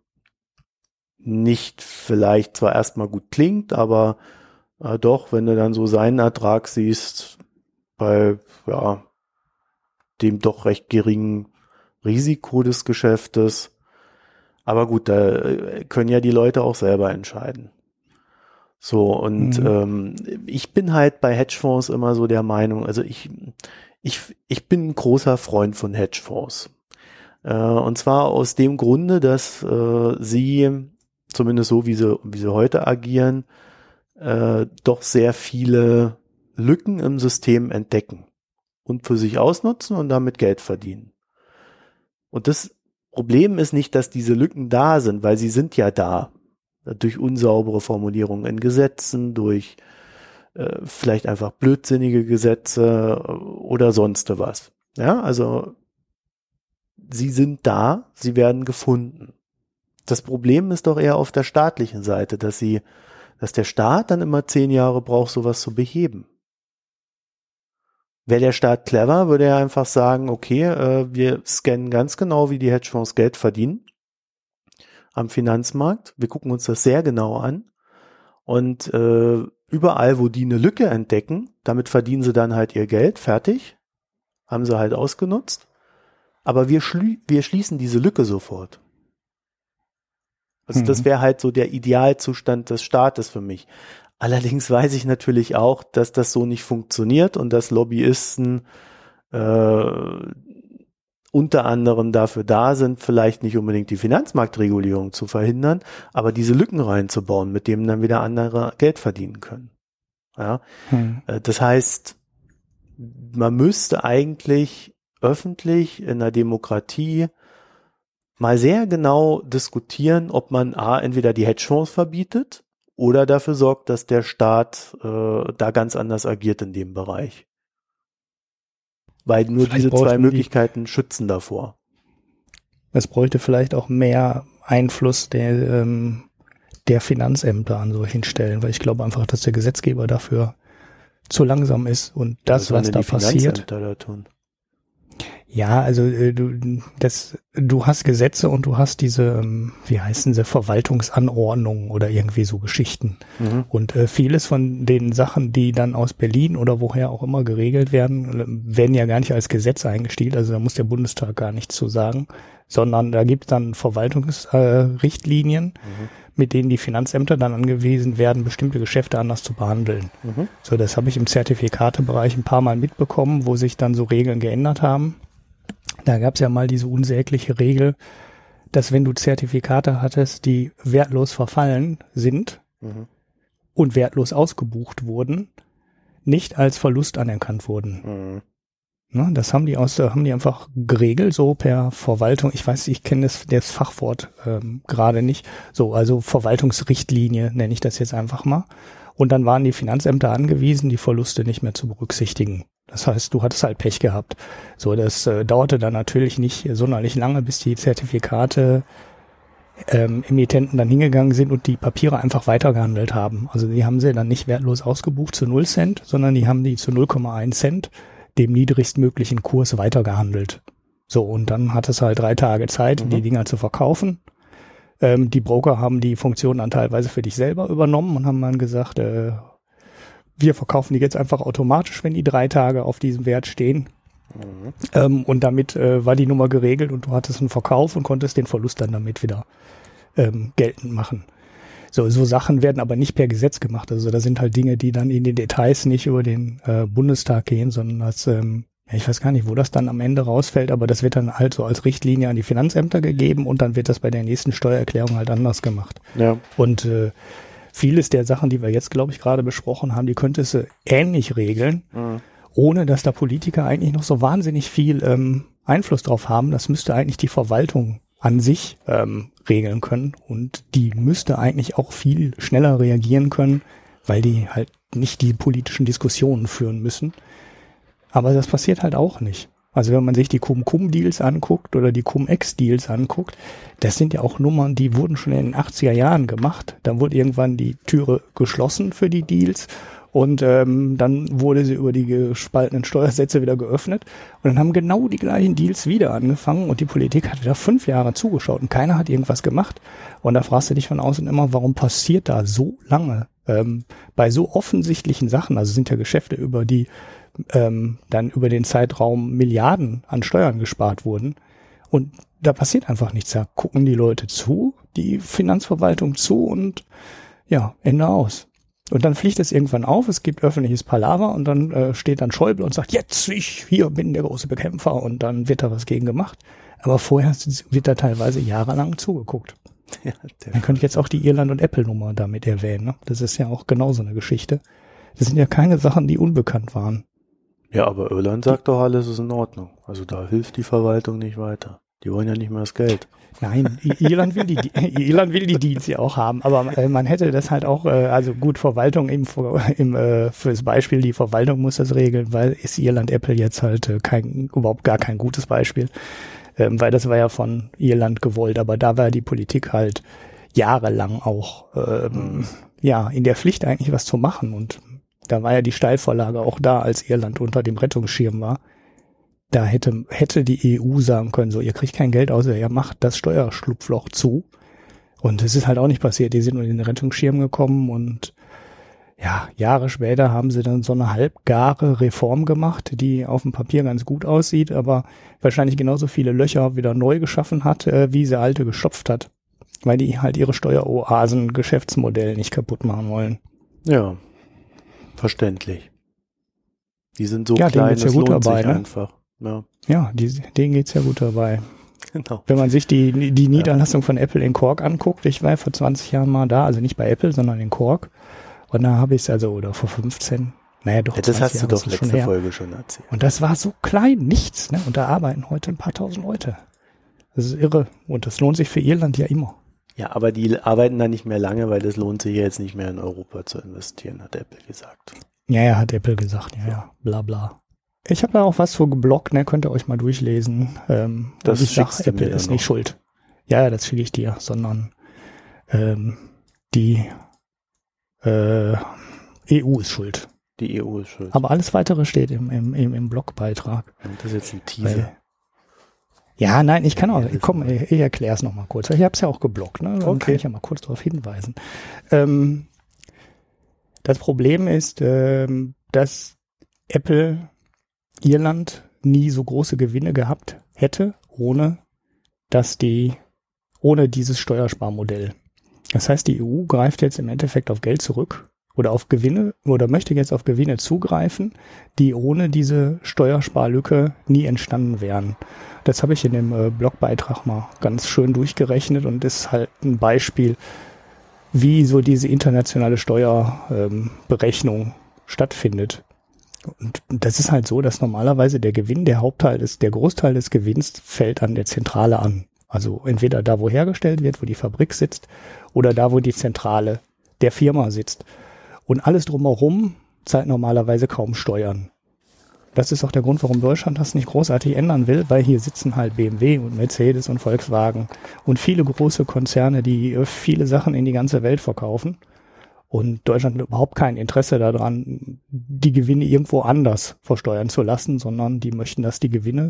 nicht vielleicht zwar erstmal gut klingt, aber äh, doch, wenn du dann so seinen Ertrag siehst, bei ja, dem doch recht geringen Risiko des Geschäftes. Aber gut, da äh, können ja die Leute auch selber entscheiden. So, und Mhm. ähm, ich bin halt bei Hedgefonds immer so der Meinung, also ich, ich, ich bin ein großer Freund von Hedgefonds. Äh, und zwar aus dem Grunde, dass äh, sie, zumindest so wie sie, wie sie heute agieren, äh, doch sehr viele Lücken im System entdecken und für sich ausnutzen und damit Geld verdienen. Und das Problem ist nicht, dass diese Lücken da sind, weil sie sind ja da. Durch unsaubere Formulierungen in Gesetzen, durch äh, vielleicht einfach blödsinnige Gesetze oder sonst was. Ja, also sie sind da, sie werden gefunden. Das Problem ist doch eher auf der staatlichen Seite, dass sie, dass der Staat dann immer zehn Jahre braucht, sowas zu beheben. Wäre der Staat clever, würde er einfach sagen, okay, äh, wir scannen ganz genau, wie die Hedgefonds Geld verdienen am Finanzmarkt. Wir gucken uns das sehr genau an und äh, überall, wo die eine Lücke entdecken, damit verdienen sie dann halt ihr Geld, fertig, haben sie halt ausgenutzt. Aber wir, schlie- wir schließen diese Lücke sofort. Also Mhm. das wäre halt so der Idealzustand des Staates für mich. Allerdings weiß ich natürlich auch, dass das so nicht funktioniert und dass Lobbyisten äh, unter anderem dafür da sind, vielleicht nicht unbedingt die Finanzmarktregulierung zu verhindern, aber diese Lücken reinzubauen, mit denen dann wieder andere Geld verdienen können. Ja, hm. Das heißt, man müsste eigentlich öffentlich in der Demokratie mal sehr genau diskutieren, ob man a, entweder die Hedgefonds verbietet oder dafür sorgt, dass der Staat äh, da ganz anders agiert in dem Bereich. Weil nur vielleicht diese zwei Möglichkeiten die, schützen davor. Es bräuchte vielleicht auch mehr Einfluss der, ähm, der Finanzämter an solchen Stellen, weil ich glaube einfach, dass der Gesetzgeber dafür zu langsam ist und das, was, was da passiert. Da tun? Ja, also äh, du, das, du hast Gesetze und du hast diese, ähm, wie heißen sie, Verwaltungsanordnungen oder irgendwie so Geschichten. Mhm. Und äh, vieles von den Sachen, die dann aus Berlin oder woher auch immer geregelt werden, werden ja gar nicht als Gesetz eingestielt. Also da muss der Bundestag gar nichts zu sagen, sondern da gibt es dann Verwaltungsrichtlinien, äh, mhm. mit denen die Finanzämter dann angewiesen werden, bestimmte Geschäfte anders zu behandeln. Mhm. So, das habe ich im Zertifikatebereich ein paar Mal mitbekommen, wo sich dann so Regeln geändert haben. Da gab es ja mal diese unsägliche Regel, dass wenn du Zertifikate hattest, die wertlos verfallen sind mhm. und wertlos ausgebucht wurden, nicht als Verlust anerkannt wurden. Mhm. Ne, das haben die aus, haben die einfach geregelt, so per Verwaltung. Ich weiß, ich kenne das, das Fachwort ähm, gerade nicht. So, also Verwaltungsrichtlinie nenne ich das jetzt einfach mal. Und dann waren die Finanzämter angewiesen, die Verluste nicht mehr zu berücksichtigen. Das heißt, du hattest halt Pech gehabt. So, das äh, dauerte dann natürlich nicht sonderlich lange, bis die Zertifikate ähm, Emittenten dann hingegangen sind und die Papiere einfach weitergehandelt haben. Also die haben sie dann nicht wertlos ausgebucht zu null Cent, sondern die haben die zu null Komma eins Cent dem niedrigstmöglichen Kurs weitergehandelt. So, und dann hat es halt drei Tage Zeit, mhm. die Dinger zu verkaufen. Ähm, die Broker haben die Funktion dann teilweise für dich selber übernommen und haben dann gesagt, äh, wir verkaufen die jetzt einfach automatisch, wenn die drei Tage auf diesem Wert stehen. Mhm. Ähm, und damit äh, war die Nummer geregelt und du hattest einen Verkauf und konntest den Verlust dann damit wieder ähm, geltend machen. So, so Sachen werden aber nicht per Gesetz gemacht. Also da sind halt Dinge, die dann in den Details nicht über den äh, Bundestag gehen, sondern als, ähm, ja, ich weiß gar nicht, wo das dann am Ende rausfällt, aber das wird dann halt so als Richtlinie an die Finanzämter gegeben und dann wird das bei der nächsten Steuererklärung halt anders gemacht. Ja. Und äh, vieles der Sachen, die wir jetzt, glaube ich, gerade besprochen haben, die könntest du ähnlich regeln, mhm. ohne dass da Politiker eigentlich noch so wahnsinnig viel ähm, Einfluss drauf haben. Das müsste eigentlich die Verwaltung an sich ähm, regeln können und die müsste eigentlich auch viel schneller reagieren können, weil die halt nicht die politischen Diskussionen führen müssen. Aber das passiert halt auch nicht. Also wenn man sich die Cum-Cum-Deals anguckt oder die Cum-Ex-Deals anguckt, das sind ja auch Nummern, die wurden schon in den achtziger Jahren gemacht. Dann wurde irgendwann die Türe geschlossen für die Deals und ähm, dann wurde sie über die gespaltenen Steuersätze wieder geöffnet und dann haben genau die gleichen Deals wieder angefangen und die Politik hat wieder fünf Jahre zugeschaut und keiner hat irgendwas gemacht. Und da fragst du dich von außen immer, warum passiert da so lange ähm, bei so offensichtlichen Sachen? Also sind ja Geschäfte, über die ähm, dann über den Zeitraum Milliarden an Steuern gespart wurden und da passiert einfach nichts. Da gucken die Leute zu, die Finanzverwaltung zu und ja, Ende aus. Und dann fliegt es irgendwann auf, es gibt öffentliches Palaver und dann äh, steht dann Schäuble und sagt, jetzt, ich hier bin der große Bekämpfer und dann wird da was gegen gemacht. Aber vorher wird da teilweise jahrelang zugeguckt. Ja, dann könnte ich jetzt auch die Irland- und Apple-Nummer damit erwähnen. Ne? Das ist ja auch genauso eine Geschichte. Das sind ja keine Sachen, die unbekannt waren. Ja, aber Irland sagt doch, alles ist in Ordnung. Also da hilft die Verwaltung nicht weiter. Die wollen ja nicht mehr das Geld. Nein, Irland will die, Irland will die Deals ja auch haben, aber äh, man hätte das halt auch, äh, also gut, Verwaltung im, im äh, fürs Beispiel, die Verwaltung muss das regeln, weil ist Irland Apple jetzt halt äh, kein, überhaupt gar kein gutes Beispiel, ähm, weil das war ja von Irland gewollt, aber da war die Politik halt jahrelang auch, ähm, mhm. ja, in der Pflicht eigentlich was zu machen und da war ja die Steilvorlage auch da, als Irland unter dem Rettungsschirm war. Da hätte, hätte die E U sagen können, so, ihr kriegt kein Geld, außer ihr macht das Steuerschlupfloch zu. Und es ist halt auch nicht passiert. Die sind nur in den Rettungsschirm gekommen und ja, Jahre später haben sie dann so eine halbgare Reform gemacht, die auf dem Papier ganz gut aussieht, aber wahrscheinlich genauso viele Löcher wieder neu geschaffen hat, äh, wie sie alte gestopft hat. Weil die halt ihre Steueroasen-Geschäftsmodell nicht kaputt machen wollen. Ja, verständlich. Die sind so ja, klein, das ja lohnt dabei, sich ne? einfach. Ja, ja die, denen geht's ja gut dabei. genau. Wenn man sich die, die Niederlassung ja. von Apple in Cork anguckt, ich war ja vor zwanzig Jahren mal da, also nicht bei Apple, sondern in Cork. Und da habe ich es also, oder vor fünfzehn, naja doch, ja, das hast Jahre du doch letzte schon Folge schon erzählt. Und das war so klein, nichts, ne? Und da arbeiten heute ein paar tausend Leute. Das ist irre. Und das lohnt sich für Irland ja immer. Ja, aber die arbeiten da nicht mehr lange, weil das lohnt sich jetzt nicht mehr in Europa zu investieren, hat Apple gesagt. Ja, ja, hat Apple gesagt, ja, ja, bla bla. Ich habe da auch was so geblockt, ne, könnt ihr euch mal durchlesen. Ähm, das ich sag, schickst du Apple mir ist dann nicht noch. schuld. Ja, das schicke ich dir, sondern ähm, die äh, E U ist schuld. Die E U ist schuld. Aber alles Weitere steht im, im, im, im Blogbeitrag. Und das ist jetzt ein Teaser. Weil, ja, nein, ich kann auch, Ja, komm, ich, ich erkläre es nochmal kurz. Ich habe es ja auch geblockt, ne? Dann Okay. kann ich ja mal kurz darauf hinweisen. Ähm, das Problem ist, ähm, dass Apple Irland nie so große Gewinne gehabt hätte, ohne dass die, ohne dieses Steuersparmodell. Das heißt, die E U greift jetzt im Endeffekt auf Geld zurück oder auf Gewinne oder möchte jetzt auf Gewinne zugreifen, die ohne diese Steuersparlücke nie entstanden wären. Das habe ich in dem äh, Blogbeitrag mal ganz schön durchgerechnet und ist halt ein Beispiel, wie so diese internationale Steuerberechnung ähm, stattfindet. Und das ist halt so, dass normalerweise der Gewinn, der Hauptteil ist, der Großteil des Gewinns fällt an der Zentrale an. Also entweder da, wo hergestellt wird, wo die Fabrik sitzt, oder da, wo die Zentrale der Firma sitzt. Und alles drumherum zahlt normalerweise kaum Steuern. Das ist auch der Grund, warum Deutschland das nicht großartig ändern will, weil hier sitzen halt B M W und Mercedes und Volkswagen und viele große Konzerne, die viele Sachen in die ganze Welt verkaufen. Und Deutschland hat überhaupt kein Interesse daran, die Gewinne irgendwo anders versteuern zu lassen, sondern die möchten, dass die Gewinne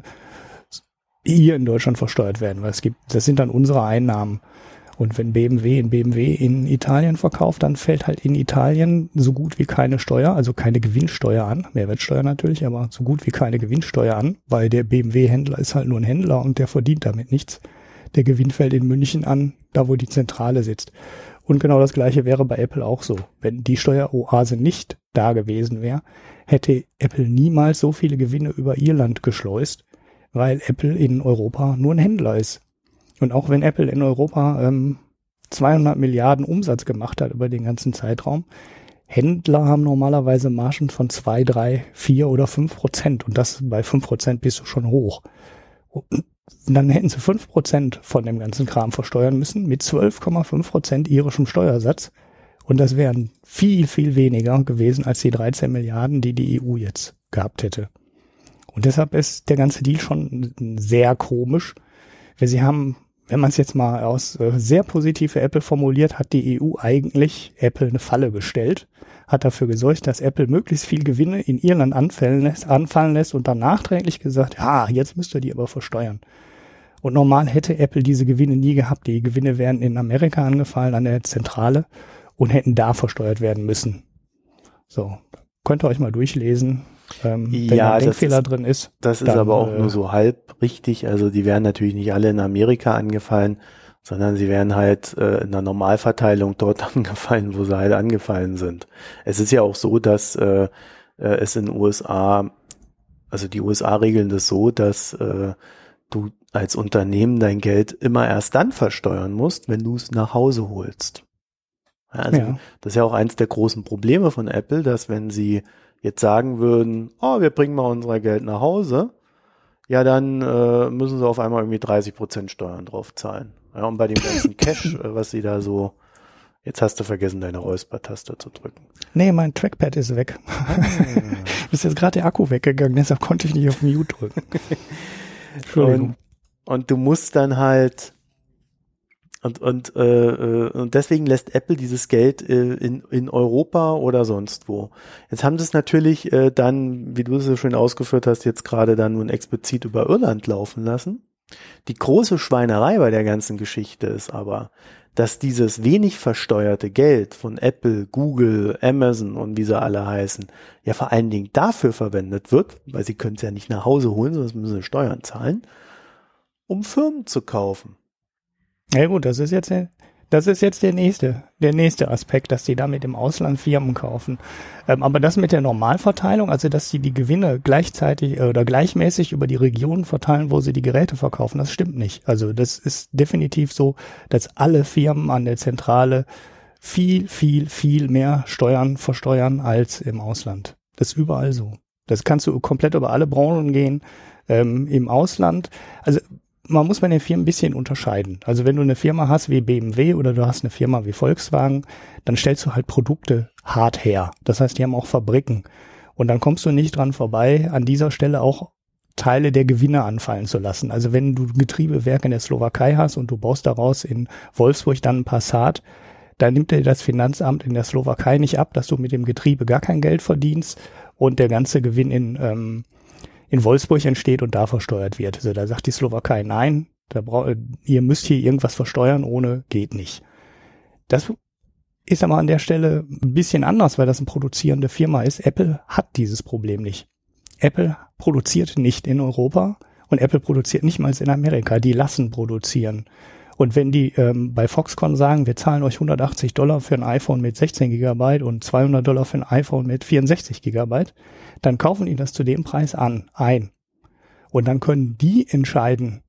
hier in Deutschland versteuert werden, weil es gibt, das sind dann unsere Einnahmen. Und wenn B M W in B M W in Italien verkauft, dann fällt halt in Italien so gut wie keine Steuer, also keine Gewinnsteuer an, Mehrwertsteuer natürlich, aber so gut wie keine Gewinnsteuer an, weil der B M W-Händler ist halt nur ein Händler und der verdient damit nichts. Der Gewinn fällt in München an, da wo die Zentrale sitzt. Und genau das Gleiche wäre bei Apple auch so. Wenn die Steueroase nicht da gewesen wäre, hätte Apple niemals so viele Gewinne über Irland geschleust, weil Apple in Europa nur ein Händler ist. Und auch wenn Apple in Europa ähm, zweihundert Milliarden Umsatz gemacht hat über den ganzen Zeitraum, Händler haben normalerweise Margen von zwei, drei, vier oder fünf Prozent. Und das bei fünf Prozent bist du schon hoch. Und dann hätten sie fünf Prozent von dem ganzen Kram versteuern müssen mit zwölf Komma fünf Prozent irischem Steuersatz. Und das wären viel, viel weniger gewesen als die dreizehn Milliarden, die die E U jetzt gehabt hätte. Und deshalb ist der ganze Deal schon sehr komisch. Weil sie haben, wenn man es jetzt mal aus äh, sehr positiv für Apple formuliert, hat die E U eigentlich Apple eine Falle gestellt, hat dafür gesorgt, dass Apple möglichst viel Gewinne in Irland anfallen lässt, anfallen lässt und dann nachträglich gesagt, ja, jetzt müsst ihr die aber versteuern. Und normal hätte Apple diese Gewinne nie gehabt. Die Gewinne wären in Amerika angefallen, an der Zentrale und hätten da versteuert werden müssen. So, könnt ihr euch mal durchlesen. Ähm, wenn ja, da ein das Denkfehler ist, drin ist. Das ist dann, aber auch äh, nur so halb richtig. Also die wären natürlich nicht alle in Amerika angefallen, sondern sie wären halt äh, in der Normalverteilung dort angefallen, wo sie halt angefallen sind. Es ist ja auch so, dass äh, äh, es in den U S A, also die U S A regeln das so, dass äh, du als Unternehmen dein Geld immer erst dann versteuern musst, wenn du es nach Hause holst. Ja, also ja. das ist ja auch eins der großen Probleme von Apple, dass wenn sie jetzt sagen würden, oh, wir bringen mal unser Geld nach Hause, ja, dann äh, müssen sie auf einmal irgendwie dreißig Prozent Steuern drauf zahlen. Ja, und bei dem ganzen Cash, äh, was sie da so, jetzt hast du vergessen, deine Räuspertaste zu drücken. Nee, mein Trackpad ist weg. Ah. Ist jetzt gerade der Akku weggegangen, deshalb konnte ich nicht auf Mute drücken. Entschuldigung. Und, und du musst dann halt Und, und, äh, und deswegen lässt Apple dieses Geld äh, in, in Europa oder sonst wo. Jetzt haben sie es natürlich äh, dann, wie du es so schön ausgeführt hast, jetzt gerade dann nun explizit über Irland laufen lassen. Die große Schweinerei bei der ganzen Geschichte ist aber, dass dieses wenig versteuerte Geld von Apple, Google, Amazon und wie sie alle heißen, ja vor allen Dingen dafür verwendet wird, weil sie können es ja nicht nach Hause holen, sonst müssen sie Steuern zahlen, um Firmen zu kaufen. Ja gut, das ist jetzt, Das ist jetzt der nächste, der nächste Aspekt, dass die damit im Ausland Firmen kaufen. Ähm, aber das mit der Normalverteilung, also dass sie die Gewinne gleichzeitig äh, oder gleichmäßig über die Regionen verteilen, wo sie die Geräte verkaufen, das stimmt nicht. Also das ist definitiv so, dass alle Firmen an der Zentrale viel, viel, viel mehr Steuern versteuern als im Ausland. Das ist überall so. Das kannst du komplett über alle Branchen gehen. Ähm, im Ausland, also man muss bei den Firmen ein bisschen unterscheiden. Also wenn du eine Firma hast wie B M W oder du hast eine Firma wie Volkswagen, dann stellst du halt Produkte hart her. Das heißt, die haben auch Fabriken. Und dann kommst du nicht dran vorbei, an dieser Stelle auch Teile der Gewinne anfallen zu lassen. Also wenn du Getriebewerke in der Slowakei hast und du baust daraus in Wolfsburg dann ein Passat, dann nimmt dir das Finanzamt in der Slowakei nicht ab, dass du mit dem Getriebe gar kein Geld verdienst und der ganze Gewinn in ähm, in Wolfsburg entsteht und da versteuert wird. Also da sagt die Slowakei, nein, da braucht, ihr müsst hier irgendwas versteuern, ohne geht nicht. Das ist aber an der Stelle ein bisschen anders, weil das eine produzierende Firma ist. Apple hat dieses Problem nicht. Apple produziert nicht in Europa und Apple produziert nicht mal in Amerika. Die lassen produzieren. Und wenn die ähm, bei Foxconn sagen, wir zahlen euch hundertachtzig Dollar für ein iPhone mit sechzehn Gigabyte und zweihundert Dollar für ein iPhone mit vierundsechzig Gigabyte, dann kaufen die das zu dem Preis an, ein. Und dann können die entscheiden,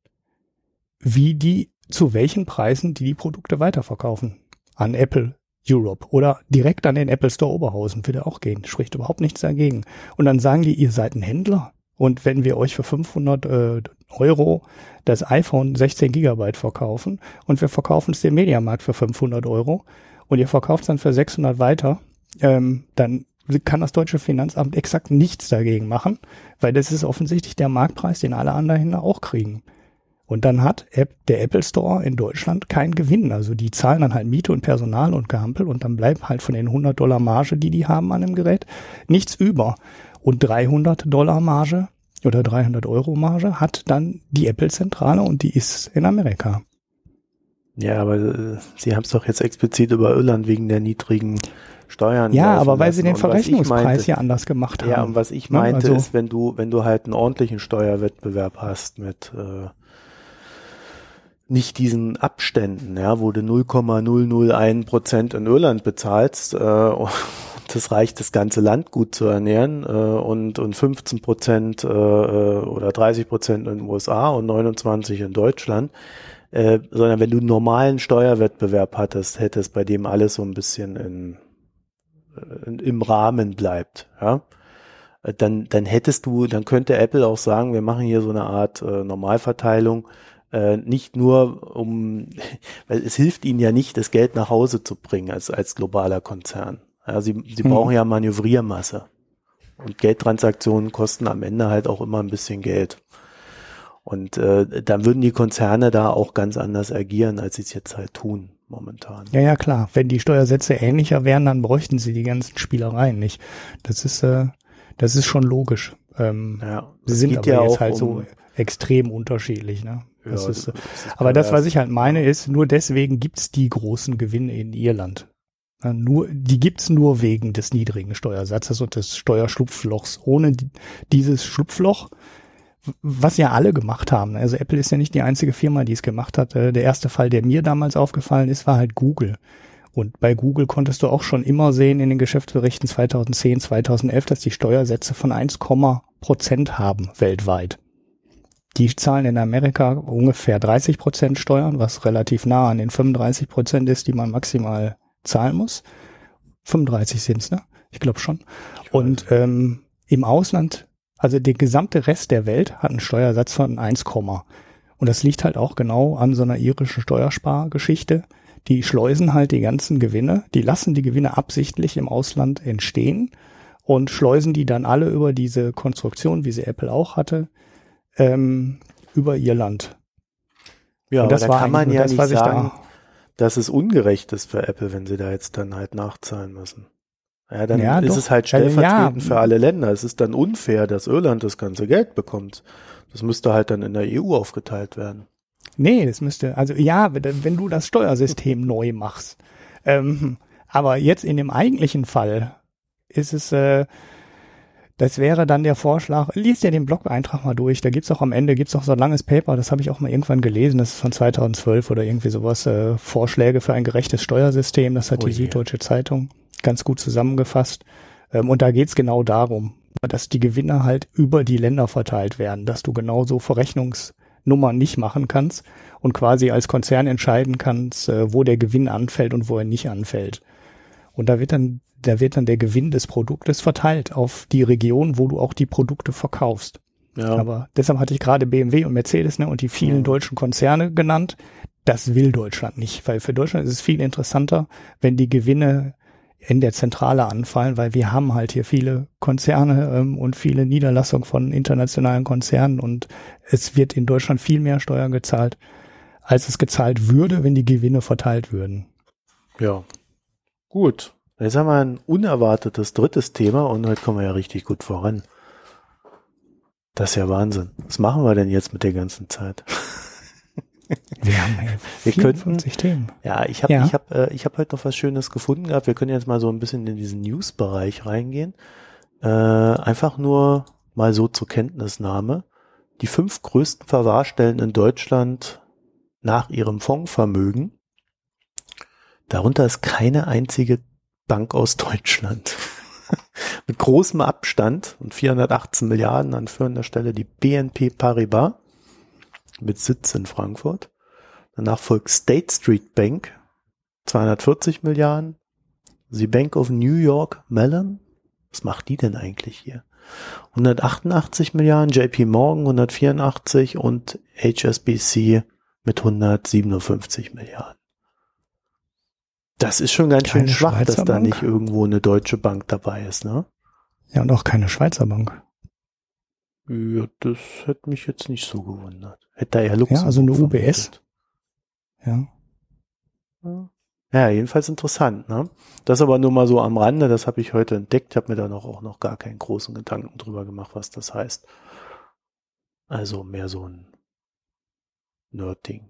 wie die, zu welchen Preisen die die Produkte weiterverkaufen. An Apple Europe oder direkt an den Apple Store Oberhausen würde auch gehen. Spricht überhaupt nichts dagegen. Und dann sagen die, ihr seid ein Händler. Und wenn wir euch für fünfhundert äh, Euro das iPhone sechzehn Gigabyte verkaufen und wir verkaufen es dem Mediamarkt für fünfhundert Euro und ihr verkauft es dann für sechshundert weiter, ähm, dann kann das deutsche Finanzamt exakt nichts dagegen machen, weil das ist offensichtlich der Marktpreis, den alle anderen auch kriegen. Und dann hat App, der Apple Store in Deutschland keinen Gewinn. Also die zahlen dann halt Miete und Personal und Gehampel und dann bleibt halt von den hundert Dollar Marge, die die haben an dem Gerät, nichts über. Und dreihundert Dollar Marge oder dreihundert Euro Marge hat dann die Apple-Zentrale und die ist in Amerika. Ja, aber äh, Sie haben es doch jetzt explizit über Irland wegen der niedrigen Steuern. Ja, aber weil lassen. sie den und Verrechnungspreis meinte, ja anders gemacht haben. Ja, und was ich meinte also, ist, wenn du, wenn du halt einen ordentlichen Steuerwettbewerb hast mit äh, nicht diesen Abständen, ja, wo du null Komma null null eins Prozent in Irland bezahlst, äh, und das reicht, das ganze Land gut zu ernähren, äh, und, und fünfzehn Prozent äh, oder dreißig Prozent in den U S A und neunundzwanzig in Deutschland, äh, sondern wenn du einen normalen Steuerwettbewerb hattest, hättest bei dem alles so ein bisschen in, in, im Rahmen bleibt, ja. Dann, dann hättest du, dann könnte Apple auch sagen, wir machen hier so eine Art äh, Normalverteilung, äh, nicht nur um, weil es hilft ihnen ja nicht, das Geld nach Hause zu bringen als, als globaler Konzern. Ja, sie, sie hm. brauchen ja Manövriermasse. Und Geldtransaktionen kosten am Ende halt auch immer ein bisschen Geld. Und äh, dann würden die Konzerne da auch ganz anders agieren, als sie es jetzt halt tun momentan. Ja, ja, klar. Wenn die Steuersätze ähnlicher wären, dann bräuchten sie die ganzen Spielereien nicht. Das ist, äh, das ist schon logisch. Ähm, ja, sie sind aber ja jetzt auch halt um, so extrem unterschiedlich, ne? Das ja, ist, das ist aber das, was ich halt meine, ist, nur deswegen gibt's die großen Gewinne in Irland. Ja, nur, die gibt's nur wegen des niedrigen Steuersatzes und des Steuerschlupflochs. Ohne die, dieses Schlupfloch, was ja alle gemacht haben. Also Apple ist ja nicht die einzige Firma, die es gemacht hat. Der erste Fall, der mir damals aufgefallen ist, war halt Google. Und bei Google konntest du auch schon immer sehen in den Geschäftsberichten zweitausendzehn, zweitausendelf, dass die Steuersätze von eins Prozent haben weltweit. Die zahlen in Amerika ungefähr dreißig Prozent Steuern, was relativ nah an den fünfunddreißig Prozent ist, die man maximal zahlen muss. fünfunddreißig sind's, ne? Ich glaube schon. Und ähm, im Ausland, also der gesamte Rest der Welt hat einen Steuersatz von eins, und das liegt halt auch genau an so einer irischen Steuerspargeschichte. Die schleusen halt die ganzen Gewinne, die lassen die Gewinne absichtlich im Ausland entstehen und schleusen die dann alle über diese Konstruktion, wie sie Apple auch hatte, ähm, über ihr Land. Ja, und das aber da war kann man ja das, nicht was ich sagen, da dass es ungerecht ist für Apple, wenn sie da jetzt dann halt nachzahlen müssen. Ja, dann ja, ist doch. es halt stellvertretend ja. für alle Länder. Es ist dann unfair, dass Irland das ganze Geld bekommt. Das müsste halt dann in der E U aufgeteilt werden. Nee, das müsste, also ja, wenn du das Steuersystem neu machst. Ähm, aber jetzt in dem eigentlichen Fall ist es, äh, Das wäre dann der Vorschlag, lies dir den Blog-Eintrag mal durch, da gibt's auch am Ende, gibt's auch so ein langes Paper, das habe ich auch mal irgendwann gelesen, das ist von zweitausendzwölf oder irgendwie sowas, äh, Vorschläge für ein gerechtes Steuersystem, das hat Oh die je. Süddeutsche Zeitung ganz gut zusammengefasst. Ähm, und da geht's genau darum, dass die Gewinne halt über die Länder verteilt werden, dass du genauso Verrechnungsnummern nicht machen kannst und quasi als Konzern entscheiden kannst, äh, wo der Gewinn anfällt und wo er nicht anfällt. Und da wird dann da wird dann der Gewinn des Produktes verteilt auf die Region, wo du auch die Produkte verkaufst. Ja. Aber deshalb hatte ich gerade B M W und Mercedes, ne, und die vielen Ja. deutschen Konzerne genannt. Das will Deutschland nicht, weil für Deutschland ist es viel interessanter, wenn die Gewinne in der Zentrale anfallen, weil wir haben halt hier viele Konzerne ähm, und viele Niederlassungen von internationalen Konzernen und es wird in Deutschland viel mehr Steuern gezahlt, als es gezahlt würde, wenn die Gewinne verteilt würden. Ja. Gut. Jetzt haben wir ein unerwartetes drittes Thema und heute kommen wir ja richtig gut voran. Das ist ja Wahnsinn. Was machen wir denn jetzt mit der ganzen Zeit? Wir haben ja Wir vierundfünfzig Themen. Ja, ich habe Ja. ich hab, äh, ich hab heute noch was Schönes gefunden gehabt. Wir können jetzt mal so ein bisschen in diesen News-Bereich reingehen. Äh, einfach nur mal so zur Kenntnisnahme. Die fünf größten Verwahrstellen in Deutschland nach ihrem Fondsvermögen. Darunter ist keine einzige Bank aus Deutschland. Mit großem Abstand und vierhundertachtzehn Milliarden an führender Stelle die B N P Paribas mit Sitz in Frankfurt. Danach folgt State Street Bank, zweihundertvierzig Milliarden. Die Bank of New York Mellon, was macht die denn eigentlich hier? hundertachtundachtzig Milliarden, J P Morgan hundertvierundachtzig und H S B C mit hundertsiebenundfünfzig Milliarden. Das ist schon ganz Keine schön schwach, Schweizer dass da Bank? nicht irgendwo eine deutsche Bank dabei ist, ne? Ja, und auch keine Schweizer Bank. Ja, das hätte mich jetzt nicht so gewundert. Hätte da eher Luxemburg Ja, also eine U B S. vermutet. Ja. Ja, jedenfalls interessant, ne? Das aber nur mal so am Rande, das habe ich heute entdeckt, ich habe mir da noch auch noch gar keinen großen Gedanken drüber gemacht, was das heißt. Also mehr so ein Nerd-Ding.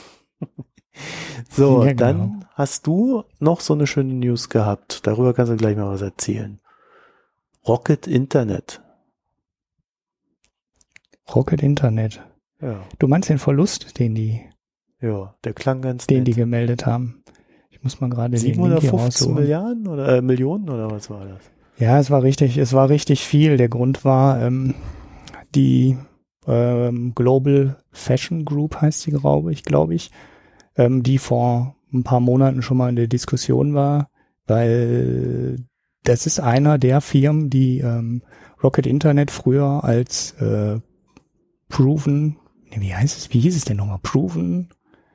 So, Ja, genau. dann hast du noch so eine schöne News gehabt. Darüber kannst du gleich mal was erzählen. Rocket Internet. Rocket Internet. Ja, Du meinst den Verlust, den die, ja, der klang ganz den die nett. gemeldet haben? Ich muss mal gerade den Link hier siebenhundertfünfzehn raussuchen. Milliarden oder äh, Millionen oder was war das? Ja, es war richtig, es war richtig viel. Der Grund war, ähm, die ähm, Global Fashion Group heißt sie, glaube ich, glaube ich, ähm, die vor ein paar Monaten schon mal in der Diskussion war, weil das ist einer der Firmen, die ähm, Rocket Internet früher als äh, Proven, nee, wie heißt es, wie hieß es denn nochmal? Proven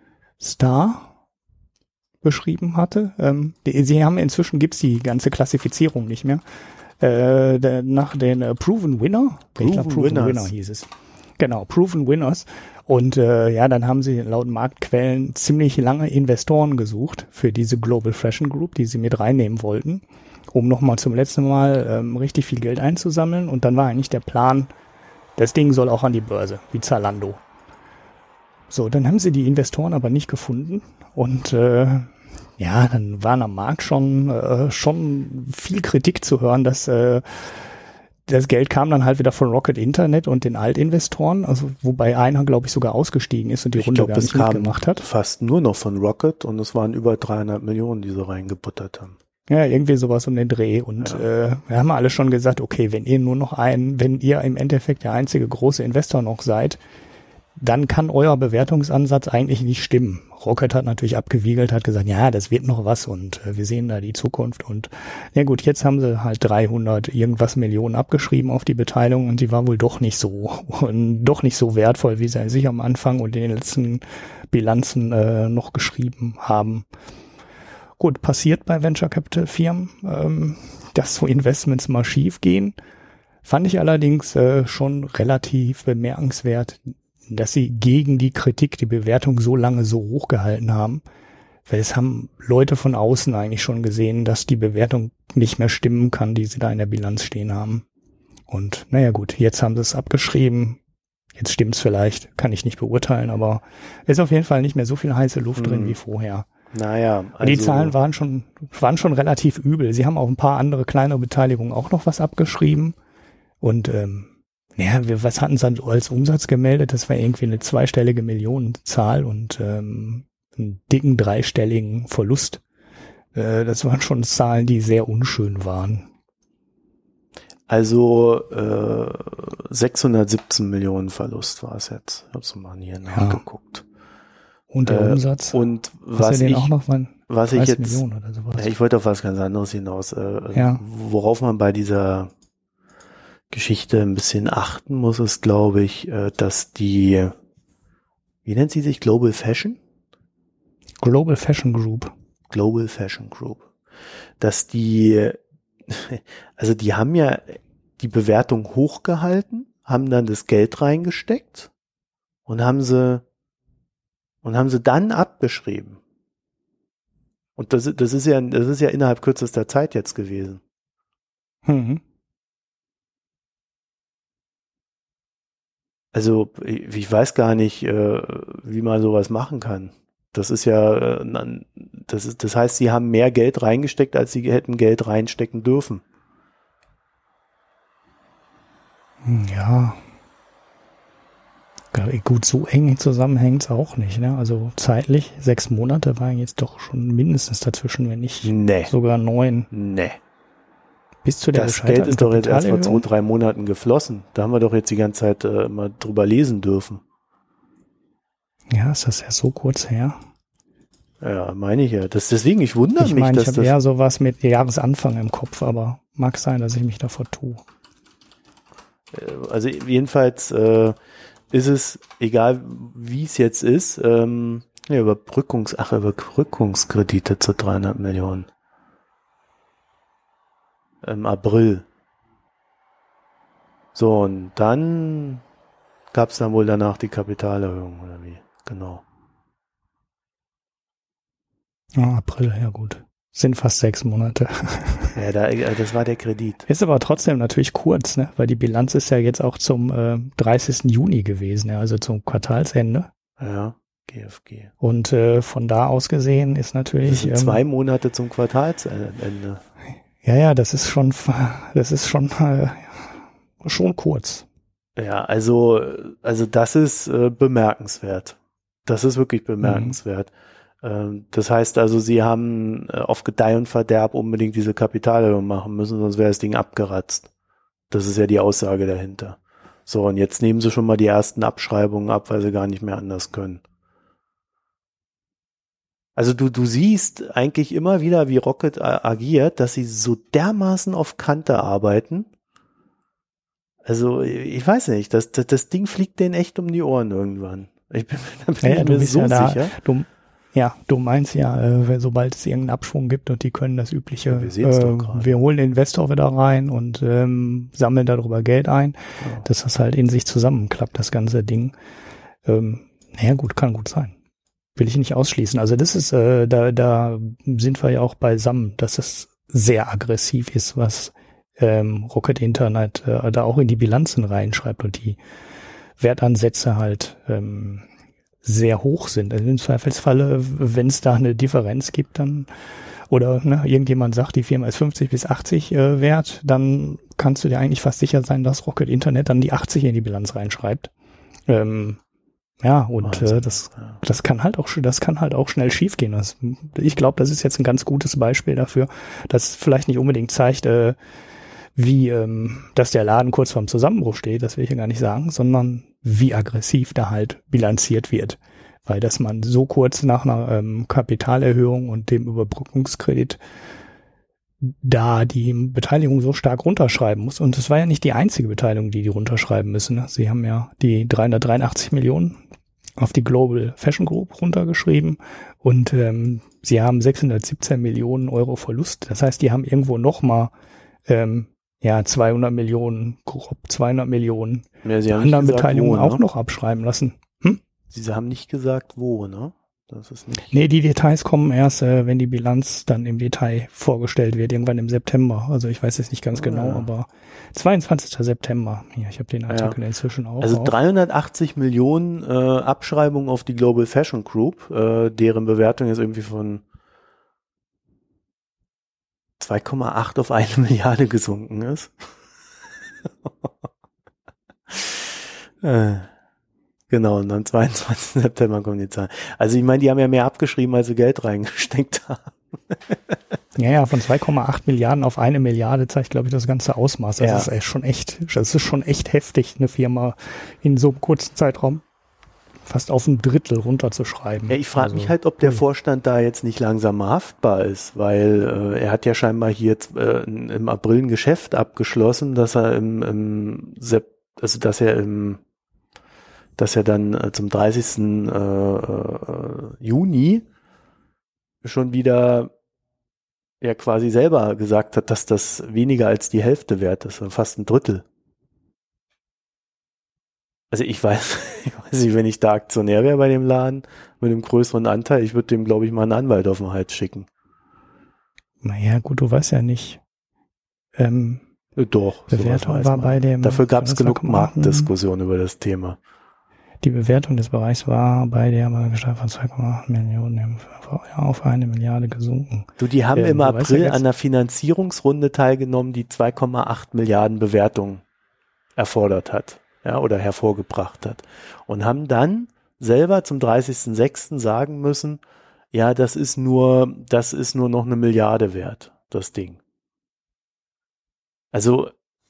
Star beschrieben hatte. Ähm, die, sie haben inzwischen gibt's die ganze Klassifizierung nicht mehr. Äh, der, nach den äh, Proven Winner, ich glaub, Proven Proven Winners. Winner hieß es. Genau, Proven Winners. Und äh, ja, dann haben sie laut Marktquellen ziemlich lange Investoren gesucht für diese Global Fashion Group, die sie mit reinnehmen wollten, um nochmal zum letzten Mal ähm, richtig viel Geld einzusammeln. Und dann war eigentlich der Plan, das Ding soll auch an die Börse, wie Zalando. So, dann haben sie die Investoren aber nicht gefunden. Und äh, ja, dann waren am Markt schon äh, schon viel Kritik zu hören, dass äh, das Geld kam dann halt wieder von Rocket Internet und den Altinvestoren, also wobei einer, glaube ich, sogar ausgestiegen ist und die Ich Runde glaube, gar es nicht kam mitgemacht hat. fast nur noch von Rocket und es waren über dreihundert Millionen, die sie reingebuttert haben. Ja, irgendwie sowas um den Dreh. Und Ja. äh, wir haben alle schon gesagt, okay, wenn ihr nur noch ein, wenn ihr im Endeffekt der einzige große Investor noch seid, dann kann euer Bewertungsansatz eigentlich nicht stimmen. Rocket hat natürlich abgewiegelt, hat gesagt, ja, das wird noch was und äh, wir sehen da die Zukunft. Und ja gut, jetzt haben sie halt dreihundert irgendwas Millionen abgeschrieben auf die Beteiligung und die war wohl doch nicht so und doch nicht so wertvoll, wie sie sich am Anfang und in den letzten Bilanzen äh, noch geschrieben haben. Gut, passiert bei Venture Capital Firmen, ähm, dass so Investments mal schief gehen. Fand ich allerdings äh, schon relativ bemerkenswert, dass sie gegen die Kritik die Bewertung so lange so hoch gehalten haben. Weil es haben Leute von außen eigentlich schon gesehen, dass die Bewertung nicht mehr stimmen kann, die sie da in der Bilanz stehen haben. Und naja gut, jetzt haben sie es abgeschrieben. Jetzt stimmt's vielleicht, kann ich nicht beurteilen, aber ist auf jeden Fall nicht mehr so viel heiße Luft Hm. drin wie vorher. Naja, also Die Zahlen waren schon, waren schon relativ übel. Sie haben auch ein paar andere kleinere Beteiligungen auch noch was abgeschrieben. Und ähm, ja, wir, was hatten sie dann als Umsatz gemeldet? Das war irgendwie eine zweistellige Millionenzahl und ähm, einen dicken dreistelligen Verlust. Äh, das waren schon Zahlen, die sehr unschön waren. Also äh, sechshundertsiebzehn Millionen Verlust war es jetzt. Ich hab's mal hier nachgeguckt. Und der äh, Umsatz? Und Hast was du den ich, auch noch was ich jetzt, Millionen oder sowas? Ja, ich wollte auf was ganz anderes hinaus. Äh, Ja. Worauf man bei dieser Geschichte ein bisschen achten muss, ist, glaube ich, äh, dass die, wie nennt sie sich, Global Fashion? Global Fashion Group. Global Fashion Group. Dass die, also die haben ja die Bewertung hochgehalten, haben dann das Geld reingesteckt und haben sie und haben sie dann abgeschrieben. Und das, das ist ja, das ist ja innerhalb kürzester Zeit jetzt gewesen. Mhm. Also ich, ich weiß gar nicht, äh, wie man sowas machen kann. Das ist ja, äh, das ist, das heißt, sie haben mehr Geld reingesteckt, als sie hätten Geld reinstecken dürfen. Ja. Gut, so eng zusammenhängt es auch nicht, ne? Also zeitlich, sechs Monate waren jetzt doch schon mindestens dazwischen, wenn nicht Nee. sogar neun. Nee. Bis zu der Das Geld ist doch jetzt erst vor zwei, drei Monaten geflossen. Da haben wir doch jetzt die ganze Zeit äh, mal drüber lesen dürfen. Ja, ist das ja so kurz her? Ja, meine ich ja. Das, deswegen, ich wundere ich mich, mein, dass ich das... Ich habe eher sowas mit Jahresanfang im Kopf, aber mag sein, dass ich mich davor tue. Also jedenfalls äh, ist es, egal wie es jetzt ist, ähm, ja, Überbrückungs, ach, Überbrückungskredite zu dreihundert Millionen. Im April. So, und dann gab es dann wohl danach die Kapitalerhöhung, oder wie? Genau. Ja, April, ja gut. Sind fast sechs Monate. Ja, da, das war der Kredit. Ist aber trotzdem natürlich kurz, ne? Weil die Bilanz ist ja jetzt auch zum äh, dreißigsten Juni gewesen, ja, also zum Quartalsende. Ja, G F G. Und äh, von da aus gesehen ist natürlich... Das sind ähm, zwei Monate zum Quartalsende. Ja, ja, das ist schon, das ist schon, äh, schon kurz. Ja, also, also das ist äh, bemerkenswert. Das ist wirklich bemerkenswert. Mhm. Ähm, das heißt also, sie haben äh, auf Gedeih und Verderb unbedingt diese Kapitalerhöhung machen müssen, sonst wäre das Ding abgeratzt. Das ist ja die Aussage dahinter. So, und jetzt nehmen sie schon mal die ersten Abschreibungen ab, weil sie gar nicht mehr anders können. Also du, du siehst eigentlich immer wieder, wie Rocket agiert, dass sie so dermaßen auf Kante arbeiten. Also ich weiß nicht, das, das, das Ding fliegt denen echt um die Ohren irgendwann. Ich bin, da bin ja, ich du mir bist so ja da, sicher. Du, ja, du meinst ja, äh, sobald es irgendeinen Abschwung gibt und die können das übliche, ja, wir, äh, wir holen den Investor wieder rein und ähm, sammeln darüber Geld ein, ja. Dass das halt in sich zusammenklappt, das ganze Ding. Ähm, naja gut, kann gut sein. Will ich nicht ausschließen. Also das ist, äh, da, da sind wir ja auch beisammen, dass es sehr aggressiv ist, was ähm, Rocket Internet äh, da auch in die Bilanzen reinschreibt und die Wertansätze halt ähm, sehr hoch sind. Also im Zweifelsfalle, wenn es da eine Differenz gibt, dann oder ne, irgendjemand sagt, die Firma ist fünfzig bis achtzig äh, wert, dann kannst du dir eigentlich fast sicher sein, dass Rocket Internet dann die achtzig in die Bilanz reinschreibt. Ähm, Ja, und äh, das das kann halt auch das kann halt auch schnell schiefgehen. Das, ich glaube, das ist jetzt ein ganz gutes Beispiel dafür, das vielleicht nicht unbedingt zeigt, äh, wie ähm, dass der Laden kurz vorm Zusammenbruch steht, das will ich ja gar nicht sagen, sondern wie aggressiv da halt bilanziert wird. Weil dass man so kurz nach einer ähm, Kapitalerhöhung und dem Überbrückungskredit da die Beteiligung so stark runterschreiben muss. Und das war ja nicht die einzige Beteiligung, die die runterschreiben müssen. Sie haben ja die dreihundertdreiundachtzig Millionen auf die Global Fashion Group runtergeschrieben und ähm, sie haben sechshundertsiebzehn Millionen Euro Verlust. Das heißt, die haben irgendwo nochmal ähm, ja zweihundert Millionen, grob zweihundert Millionen ja, sie haben anderen gesagt, Beteiligungen wo, ne? auch noch abschreiben lassen. Hm? Sie haben nicht gesagt, wo, ne? Das ist nicht. Nee, die Details kommen erst, äh, wenn die Bilanz dann im Detail vorgestellt wird, irgendwann im September. Also ich weiß jetzt nicht ganz ah, genau, ja. aber zweiundzwanzigsten September. Ja, ich habe den Artikel ja. inzwischen auch. Also auch. dreihundertachtzig Millionen äh, Abschreibung auf die Global Fashion Group, äh, deren Bewertung jetzt irgendwie von zwei Komma acht auf eine Milliarde gesunken ist. äh, genau, und am zweiundzwanzigsten September kommen die Zahlen. Also ich meine, die haben ja mehr abgeschrieben, als sie Geld reingesteckt haben. Ja, ja, von zwei Komma acht Milliarden auf eine Milliarde zeigt, glaube ich, das ganze Ausmaß. Das Ja. ist echt schon echt, das ist schon echt heftig, eine Firma in so einem kurzen Zeitraum fast auf ein Drittel runterzuschreiben. Ja, ich frage also, mich halt, ob der ui. Vorstand da jetzt nicht langsam mal haftbar ist, weil äh, er hat ja scheinbar hier jetzt, äh, im April ein Geschäft abgeschlossen, dass er im, im Sep- also dass er im, dass er dann äh, zum dreißigsten Äh, äh, Juni schon wieder ja quasi selber gesagt hat, dass das weniger als die Hälfte wert ist, fast ein Drittel. Also ich weiß, ich weiß nicht, wenn ich da Aktionär wäre bei dem Laden mit einem größeren Anteil, ich würde dem, glaube ich, mal einen Anwalt auf den Hals schicken. Naja, gut, du weißt ja nicht. Ähm, Äh, Doch. Bewertung sowas weiß war man. bei dem. Dafür gab es das war genug gemacht, Marktdiskussion über das Thema. Die Bewertung des Bereichs war bei der Gestalt von zwei Komma acht Millionen im Vorjahr auf eine Milliarde gesunken. Du, die haben Ähm, im du weißt April ja jetzt- an einer Finanzierungsrunde teilgenommen, die zwei Komma acht Milliarden Bewertung erfordert hat, ja, oder hervorgebracht hat. Und haben dann selber zum dreißigsten sechsten sagen müssen, ja, das ist nur, das ist nur noch eine Milliarde wert, das Ding. Also,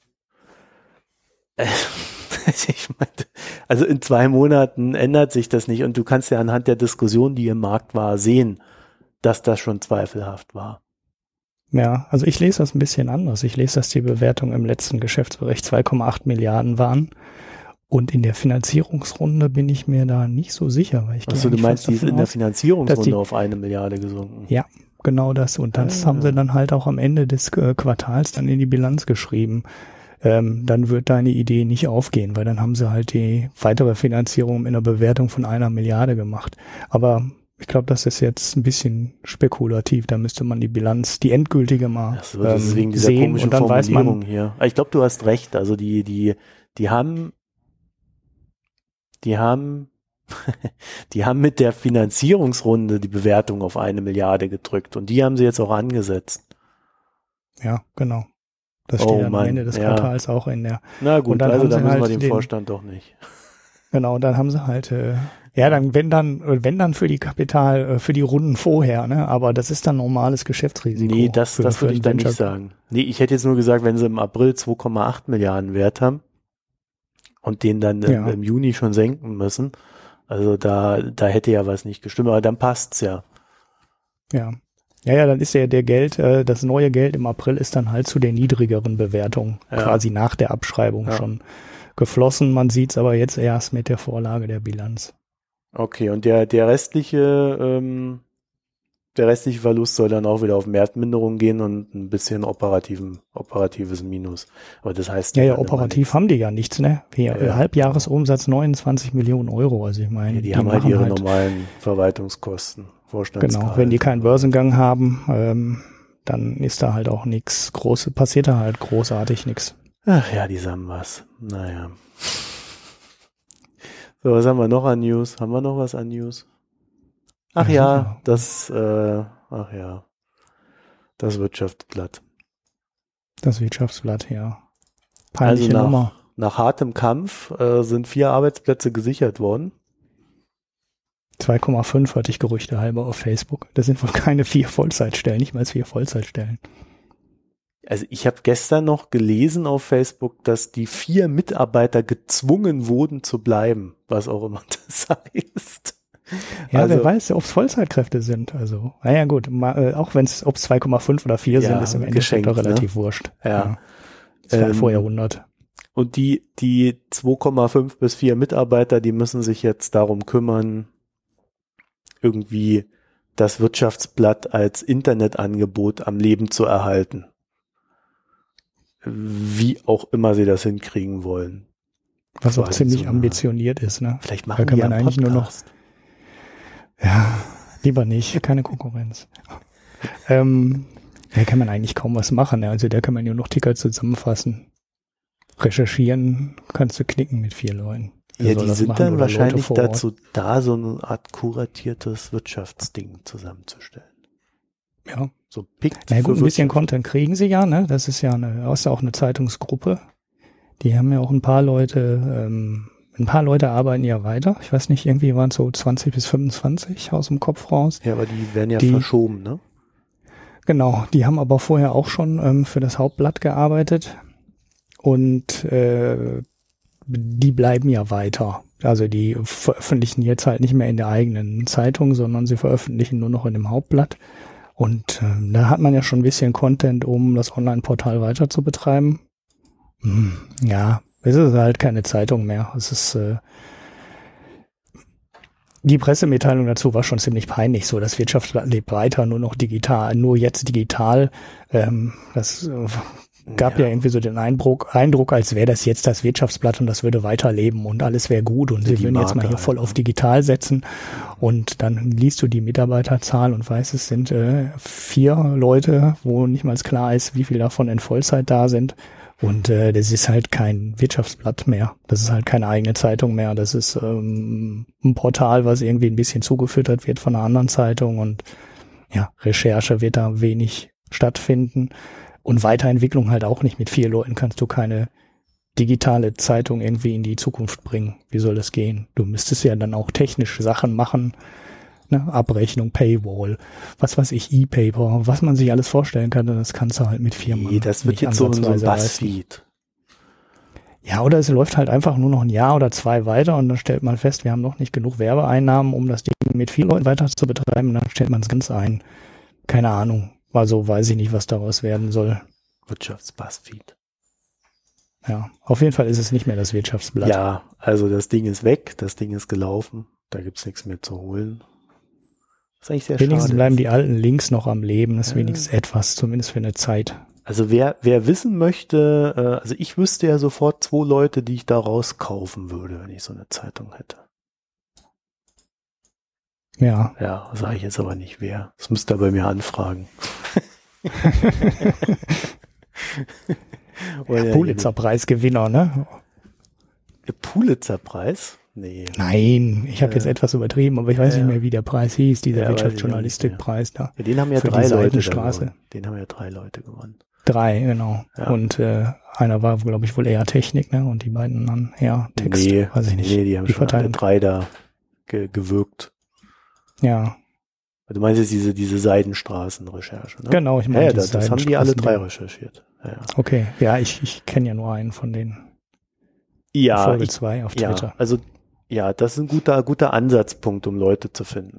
äh, ich meine, also in zwei Monaten ändert sich das nicht und du kannst ja anhand der Diskussion, die im Markt war, sehen, dass das schon zweifelhaft war. Ja, also ich lese das ein bisschen anders. Ich lese, dass die Bewertung im letzten Geschäftsbericht zwei Komma acht Milliarden waren. Und in der Finanzierungsrunde bin ich mir da nicht so sicher. Weil ich Achso, du gehe meinst, die fast ist davon in der aus, Finanzierungsrunde dass die- auf eine Milliarde gesunken? Ja, genau das. Und das Ah. haben sie dann halt auch am Ende des äh, Quartals dann in die Bilanz geschrieben. Ähm, dann wird deine Idee nicht aufgehen, weil dann haben sie halt die weitere Finanzierung in einer Bewertung von einer Milliarde gemacht. Aber ich glaube, das ist jetzt ein bisschen spekulativ. Da müsste man die Bilanz, die endgültige mal Ach so, das ist ähm, wegen dieser sehen komischen und dann weiß Formulierung man, hier. Aber ich glaube, du hast recht. Also die, die, die haben, die haben, die haben mit der Finanzierungsrunde die Bewertung auf eine Milliarde gedrückt und die haben sie jetzt auch angesetzt. ja, genau. Das Oh steht dann Mann, am Ende des ja. Quartals auch in der, Na gut, Und dann also haben da sie müssen wir halt dem den- Vorstand doch nicht. genau, dann haben sie halt, äh, ja, dann, wenn dann, wenn dann für die Kapital, äh, für die Runden vorher, ne, aber das ist dann normales Geschäftsrisiko. Nee, das, für- das für würde ich einen dann nicht Venture- sagen. Nee, ich hätte jetzt nur gesagt, wenn sie im April zwei Komma acht Milliarden Wert haben und den dann im, Ja. im Juni schon senken müssen, also da, da hätte ja was nicht gestimmt, aber dann passt's ja. Ja. Ja, ja, dann ist ja der Geld, äh, das neue Geld im April ist dann halt zu der niedrigeren Bewertung, Ja. quasi nach der Abschreibung Ja. schon geflossen. Man sieht's aber jetzt erst mit der Vorlage der Bilanz. Okay, und der, der restliche, ähm, der restliche Verlust soll dann auch wieder auf Wertminderung gehen und ein bisschen operativen, operatives Minus. Aber das heißt Ja, ja, dann immer operativ nichts. haben die ja nichts, ne? Hier, Ja, ja. Halbjahresumsatz neunundzwanzig Millionen Euro, also ich meine, Ja, die, haben halt machen ihre normalen Verwaltungskosten, Vorstandsgehalt. Genau, wenn die keinen Börsengang haben, ähm, dann ist da halt auch nichts Großes, passiert da halt großartig nichts. Ach ja, die haben was. Naja. So, was haben wir noch an News? Haben wir noch was an News? Ach Ja, ja, sicher. das, äh, ach ja, das Wirtschaftsblatt. Das Wirtschaftsblatt, ja. Peinliche Also nach- Nummer. Nach hartem Kampf äh, sind vier Arbeitsplätze gesichert worden. zwei Komma fünf hatte ich Gerüchte halber auf Facebook. Das sind wohl keine vier Vollzeitstellen, nicht mal vier Vollzeitstellen. Also ich habe gestern noch gelesen auf Facebook, dass die vier Mitarbeiter gezwungen wurden zu bleiben, was auch immer das heißt. Ja, Also- wer weiß, ob es Vollzeitkräfte sind. Also, naja gut, mal, äh, auch wenn es, ob es zwei Komma fünf oder vier Ja, sind, ist im Endeffekt geschenkt, doch ne? relativ wurscht. Ja. Das war Ähm, vor Jahrhundert. Und die, die zwei Komma fünf bis vier Mitarbeiter, die müssen sich jetzt darum kümmern, irgendwie das Wirtschaftsblatt als Internetangebot am Leben zu erhalten. Wie auch immer sie das hinkriegen wollen. Was auch quasi ziemlich so eine- ambitioniert ist, ne? Vielleicht Da machen kann die man ja eigentlich nur noch- Podcast. Ja, lieber nicht, keine Konkurrenz. ähm, da kann man eigentlich kaum was machen. Ne? Also da kann man nur noch Ticker zusammenfassen. Recherchieren kannst du knicken mit vier Leuten. Wer Ja, soll die das sind machen? dann Oder Leute wahrscheinlich vor Ort? dazu da, so eine Art kuratiertes Wirtschaftsding zusammenzustellen. Ja, So Pick na gut, für ein bisschen Wirtschaft. Content kriegen sie ja, ne? Das ist ja eine, ist ja auch eine Zeitungsgruppe, Die haben ja auch ein paar Leute, ähm, ein paar Leute arbeiten ja weiter. Ich weiß nicht, irgendwie waren es so zwanzig bis fünfundzwanzig aus dem Kopf raus. Ja, aber die werden ja die, verschoben, ne? Genau, die haben aber vorher auch schon ähm, für das Hauptblatt gearbeitet und äh, die bleiben ja weiter. Also die veröffentlichen jetzt halt nicht mehr in der eigenen Zeitung, sondern sie veröffentlichen nur noch in dem Hauptblatt. Und äh, da hat man ja schon ein bisschen Content, um das Online-Portal weiter zu betreiben. Hm, ja, es ist halt keine Zeitung mehr. Es ist äh, die Pressemitteilung dazu war schon ziemlich peinlich. So, das Wirtschaftsblatt lebt weiter, nur noch digital, nur jetzt digital. Ähm, das äh, gab ja. ja irgendwie so den Eindruck, Eindruck, als wäre das jetzt das Wirtschaftsblatt und das würde weiterleben und alles wäre gut und sie würden Marke jetzt mal hier voll auf digital setzen. Und dann liest du die Mitarbeiterzahl und weißt, es sind äh, vier Leute, wo nicht mal klar ist, wie viel davon in Vollzeit da sind. Und äh, das ist halt kein Wirtschaftsblatt mehr. Das ist halt keine eigene Zeitung mehr. Das ist ähm, ein Portal, was irgendwie ein bisschen zugefüttert wird von einer anderen Zeitung. Und ja, Recherche wird da wenig stattfinden. Und Weiterentwicklung halt auch nicht. Mit vier Leuten kannst du keine digitale Zeitung irgendwie in die Zukunft bringen. Wie soll das gehen? Du müsstest ja dann auch technisch Sachen machen. Ne? Abrechnung, Paywall, was weiß ich, E-Paper, was man sich alles vorstellen kann, das kannst du halt mit vier Mann. Nee, das wird jetzt so ein Buzzfeed. Ja, oder es läuft halt einfach nur noch ein Jahr oder zwei weiter und dann stellt man fest, wir haben noch nicht genug Werbeeinnahmen, um das Ding mit vier Leuten weiter zu betreiben, und dann stellt man es ganz ein. Keine Ahnung. Also weiß ich nicht, was daraus werden soll. Wirtschafts-Buzzfeed. Ja, auf jeden Fall ist es nicht mehr das Wirtschaftsblatt. Ja, also das Ding ist weg, das Ding ist gelaufen, da gibt's nichts mehr zu holen. Das ist eigentlich sehr wenigstens schade. Bleiben die alten Links noch am Leben, das ist ja. wenigstens etwas, zumindest für eine Zeit. Also wer wer wissen möchte, äh, also ich wüsste ja sofort zwei Leute, die ich da rauskaufen würde, wenn ich so eine Zeitung hätte. Ja. Ja, sage ich jetzt aber nicht wer. Das müsst ihr bei mir anfragen. Ja, Pulitzer-Preisgewinner, ne? Der Pulitzer-Preis? Nee. Nein, ich habe äh, jetzt etwas übertrieben, aber ich weiß ja. nicht mehr, wie der Preis hieß, dieser ja, Wirtschaftsjournalistikpreis da. Ja, den haben ja für drei die Leute gewonnen. Den haben ja drei Leute gewonnen. Drei, genau. Ja. Und äh, einer war, glaube ich, wohl eher Technik, ne? Und die beiden dann eher Text. Nee, weiß ich nicht. nee, die haben die schon alle drei da ge gewirkt. Ja. Du meinst jetzt diese, diese Seidenstraßenrecherche, ne? Genau, ich meine, ja, das, das haben die alle drei recherchiert. Ja. Okay, ja, ich, ich kenne ja nur einen von denen. Ja, Folge zwei auf Twitter. Ja, also, ja, das ist ein guter, guter Ansatzpunkt, um Leute zu finden.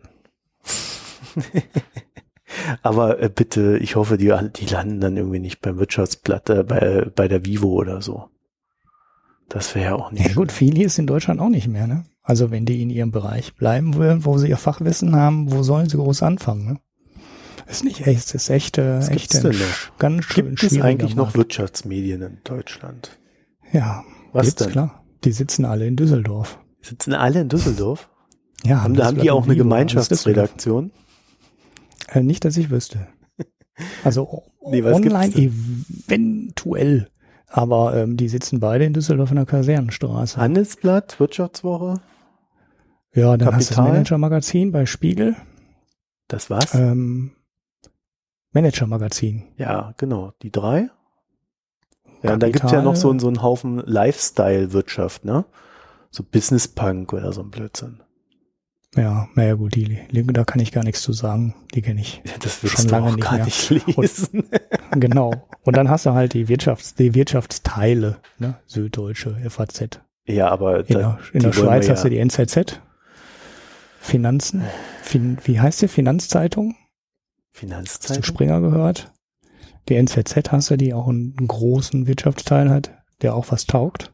Aber äh, bitte, ich hoffe, die, die landen dann irgendwie nicht beim Wirtschaftsblatt, äh, bei, bei der Vivo oder so. Das wäre ja auch nicht Ja gut, viele ist in Deutschland auch nicht mehr, ne? Also wenn die in ihrem Bereich bleiben wollen, wo sie ihr Fachwissen haben, wo sollen sie groß anfangen, ne? Ist nicht echt, ist, ist echt, äh, Was echt gibt's denn noch? ganz schön Gibt es eigentlich Markt. noch Wirtschaftsmedien in Deutschland? Ja, was gibt's, denn? Klar. Die sitzen alle in Düsseldorf. Sitzen alle in Düsseldorf? Ja, haben, haben die auch eine Gemeinschaftsredaktion? Äh, nicht, dass ich wüsste. Also nee, online eventuell. Aber ähm, die sitzen beide in Düsseldorf in der Kasernenstraße. Handelsblatt, Wirtschaftswoche? Ja, dann Kapital? hast du das Manager-Magazin bei Spiegel. Das was? Ähm, Manager-Magazin. Ja, genau. Die drei? Ja, und dann gibt's ja noch so, so einen Haufen Lifestyle-Wirtschaft, ne? So Business-Punk oder so ein Blödsinn. Ja, naja gut, die, die, da kann ich gar nichts zu sagen. Die kenne ich ja, das willst schon du lange auch nicht gar mehr. nicht lesen. Und, genau. Und dann hast du halt die Wirtschafts-, die Wirtschaftsteile, ne? Süddeutsche, F A Z. Ja, aber in der, in der Schweiz hast ja. du die N Z Z. Finanzen. Fin, wie heißt die? Finanzzeitung? Finanzzeitung? Hast du Springer gehört? Die N Z Z hast du, die auch einen, einen großen Wirtschaftsteil hat, der auch was taugt.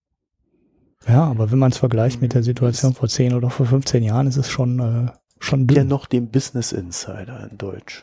Ja, aber wenn man es vergleicht mit der Situation vor zehn oder vor fünfzehn Jahren, ist es schon, äh, schon dünn. Ja, noch den Business Insider in Deutsch.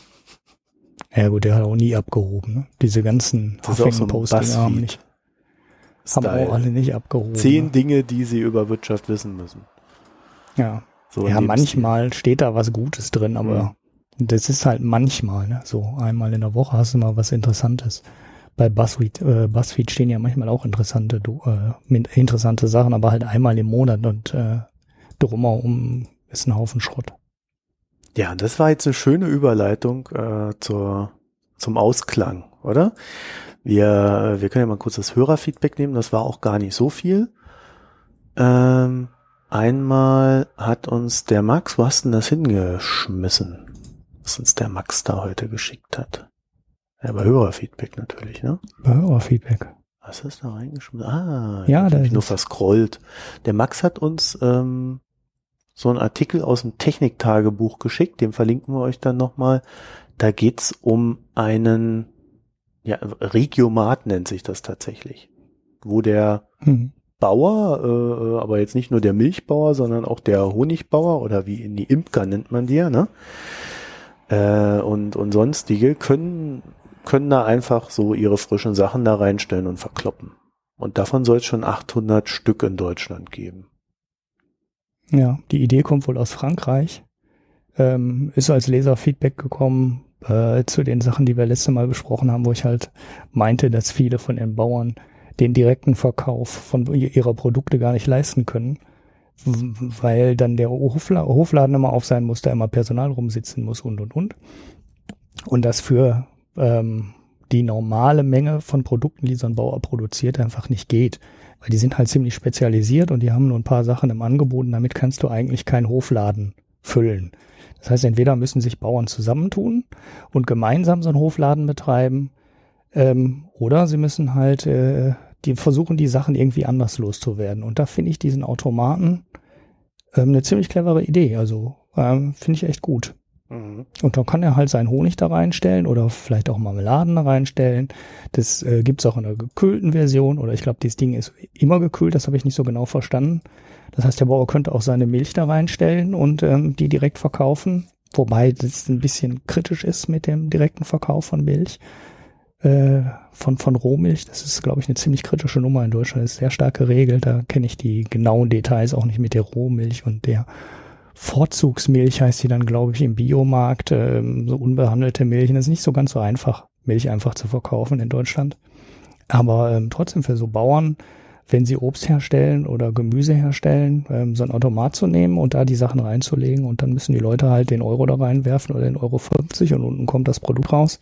Ja gut, der hat auch nie abgehoben. Ne? Diese ganzen Huffington-Posting so haben nicht, haben auch alle nicht abgehoben. Zehn ne? Dinge, die sie über Wirtschaft wissen müssen. Ja, so ja manchmal Stil. Steht da was Gutes drin, aber mhm. das ist halt manchmal. Ne? So einmal in der Woche hast du mal was Interessantes. Bei Buzzfeed, äh, Buzzfeed stehen ja manchmal auch interessante, äh, interessante Sachen, aber halt einmal im Monat und äh, drumherum ist ein Haufen Schrott. Ja, das war jetzt eine schöne Überleitung äh, zur, zum Ausklang, oder? Wir, wir können ja mal kurz das Hörerfeedback nehmen, das war auch gar nicht so viel. Ähm, einmal hat uns der Max, wo hast du denn das hingeschmissen? Was uns der Max da heute geschickt hat. Ja, bei Hörerfeedback natürlich, ne? Bei Hörerfeedback. Was ist da reingeschmissen? Ah, ja, ich da habe ist nur verscrollt. Der Max hat uns ähm, so einen Artikel aus dem Techniktagebuch geschickt, den verlinken wir euch dann nochmal. Da geht's um einen, ja, Regiomat nennt sich das tatsächlich, wo der hm. Bauer, äh, aber jetzt nicht nur der Milchbauer, sondern auch der Honigbauer oder wie in die Imker nennt man die ja, ne? Äh, und, und sonstige können, können da einfach so ihre frischen Sachen da reinstellen und verkloppen. Und davon soll es schon achthundert Stück in Deutschland geben. Ja, die Idee kommt wohl aus Frankreich. Ähm, ist als Leserfeedback gekommen äh, zu den Sachen, die wir letzte Mal besprochen haben, wo ich halt meinte, dass viele von den Bauern den direkten Verkauf von ihrer Produkte gar nicht leisten können, weil dann der Hofla- Hofladen immer auf sein muss, da immer Personal rumsitzen muss und, und, und. Und das für ähm, die normale Menge von Produkten, die so ein Bauer produziert, einfach nicht geht. Weil die sind halt ziemlich spezialisiert und die haben nur ein paar Sachen im Angebot und damit kannst du eigentlich keinen Hofladen füllen. Das heißt, entweder müssen sich Bauern zusammentun und gemeinsam so einen Hofladen betreiben, ähm, oder sie müssen halt äh, die versuchen, die Sachen irgendwie anders loszuwerden. Und da finde ich diesen Automaten ähm, eine ziemlich clevere Idee. Also ähm, finde ich echt gut. Mhm. Und dann kann er halt seinen Honig da reinstellen oder vielleicht auch Marmeladen da reinstellen. Das äh, gibt es auch in einer gekühlten Version oder ich glaube, dieses Ding ist immer gekühlt, das habe ich nicht so genau verstanden. Das heißt, der Bauer könnte auch seine Milch da reinstellen und ähm, die direkt verkaufen. Wobei das ein bisschen kritisch ist mit dem direkten Verkauf von Milch. Äh, von, von Rohmilch. Das ist, glaube ich, eine ziemlich kritische Nummer in Deutschland. Das ist sehr stark geregelt. Da kenne ich die genauen Details auch nicht mit der Rohmilch und der Vorzugsmilch heißt die dann, glaube ich, im Biomarkt. Ähm, so unbehandelte Milch. Das ist nicht so ganz so einfach, Milch einfach zu verkaufen in Deutschland. Aber ähm, trotzdem für so Bauern, wenn sie Obst herstellen oder Gemüse herstellen, ähm, so ein Automat zu nehmen und da die Sachen reinzulegen und dann müssen die Leute halt den Euro da reinwerfen oder den Euro fünfzig und unten kommt das Produkt raus.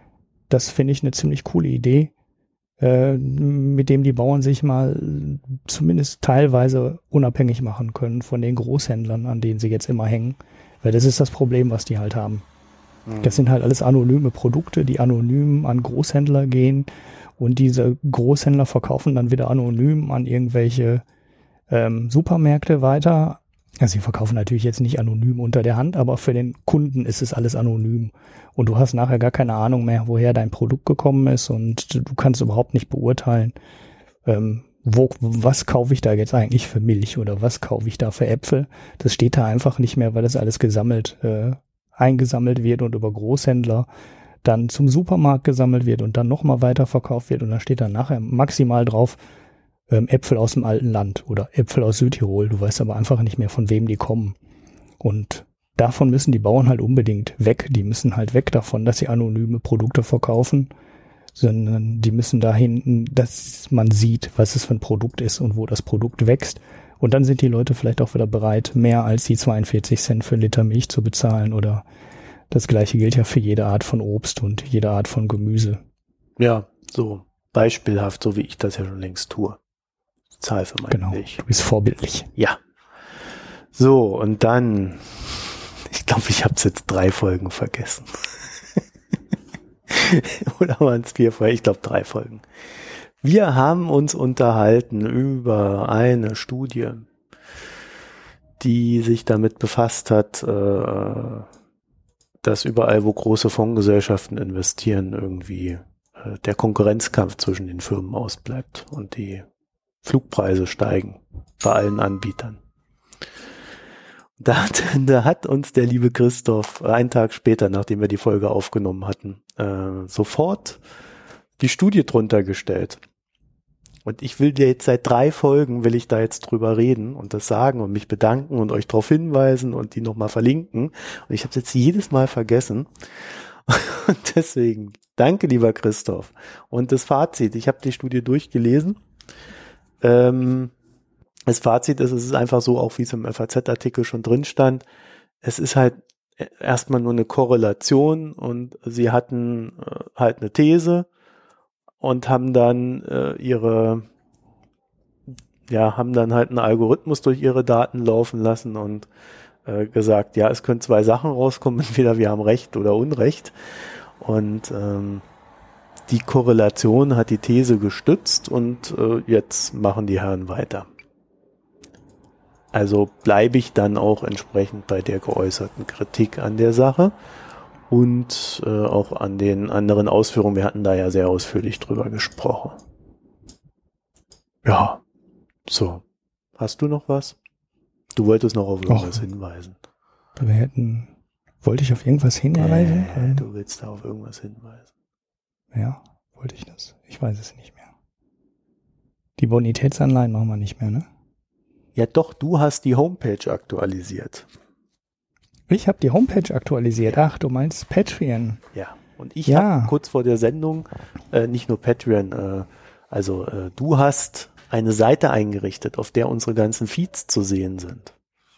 Das finde ich eine ziemlich coole Idee, äh, mit dem die Bauern sich mal zumindest teilweise unabhängig machen können von den Großhändlern, an denen sie jetzt immer hängen. Weil das ist das Problem, was die halt haben. Mhm. Das sind halt alles anonyme Produkte, die anonym an Großhändler gehen und diese Großhändler verkaufen dann wieder anonym an irgendwelche ähm, Supermärkte weiter. Also sie verkaufen natürlich jetzt nicht anonym unter der Hand, aber für den Kunden ist es alles anonym. Und du hast nachher gar keine Ahnung mehr, woher dein Produkt gekommen ist und du kannst überhaupt nicht beurteilen, ähm, wo, was kaufe ich da jetzt eigentlich für Milch oder was kaufe ich da für Äpfel. Das steht da einfach nicht mehr, weil das alles gesammelt, äh, eingesammelt wird und über Großhändler dann zum Supermarkt gesammelt wird und dann nochmal weiterverkauft wird und da steht dann nachher maximal drauf, ähm, Äpfel aus dem alten Land oder Äpfel aus Südtirol. Du weißt aber einfach nicht mehr, von wem die kommen. Und davon müssen die Bauern halt unbedingt weg. Die müssen halt weg davon, dass sie anonyme Produkte verkaufen, sondern die müssen dahin, dass man sieht, was es für ein Produkt ist und wo das Produkt wächst. Und dann sind die Leute vielleicht auch wieder bereit, mehr als die zweiundvierzig Cent für einen Liter Milch zu bezahlen. Oder das Gleiche gilt ja für jede Art von Obst und jede Art von Gemüse. Ja, so beispielhaft, so wie ich das ja schon längst tue. Ich zahle für meine genau, Milch. Du bist vorbildlich. Ja. So, und dann... Ich glaube, ich habe es jetzt drei Folgen vergessen. Oder waren es vier Folgen? Ich glaube, drei Folgen. Wir haben uns unterhalten über eine Studie, die sich damit befasst hat, äh, dass überall, wo große Fondsgesellschaften investieren, irgendwie äh, der Konkurrenzkampf zwischen den Firmen ausbleibt und die Flugpreise steigen bei allen Anbietern. Da hat, da hat uns der liebe Christoph einen Tag später, nachdem wir die Folge aufgenommen hatten, äh, sofort die Studie drunter gestellt. Und ich will dir jetzt seit drei Folgen, will ich da jetzt drüber reden und das sagen und mich bedanken und euch darauf hinweisen und die nochmal verlinken. Und ich habe es jetzt jedes Mal vergessen. Und deswegen, danke lieber Christoph. Und das Fazit, ich habe die Studie durchgelesen. Ähm, Das Fazit ist, es ist einfach so, auch wie es im F A Z-Artikel schon drin stand, es ist halt erstmal nur eine Korrelation und sie hatten halt eine These und haben dann äh, ihre, ja, haben dann halt einen Algorithmus durch ihre Daten laufen lassen und äh, gesagt, ja, es können zwei Sachen rauskommen, entweder wir haben Recht oder Unrecht. Und ähm, die Korrelation hat die These gestützt und äh, jetzt machen die Herren weiter. Also bleibe ich dann auch entsprechend bei der geäußerten Kritik an der Sache und äh, auch an den anderen Ausführungen. Wir hatten da ja sehr ausführlich drüber gesprochen. Ja, so. Hast du noch was? Du wolltest noch auf irgendwas Och, hinweisen. Wir hätten, wollte ich auf irgendwas hinweisen? Äh, du willst da auf irgendwas hinweisen. Ja, wollte ich das? Ich weiß es nicht mehr. Die Bonitätsanleihen machen wir nicht mehr, ne? Ja doch, du hast die Homepage aktualisiert. Ich habe die Homepage aktualisiert. Ach, du meinst Patreon. Ja, und ich ja. habe kurz vor der Sendung, äh, nicht nur Patreon, äh, also äh, du hast eine Seite eingerichtet, auf der unsere ganzen Feeds zu sehen sind.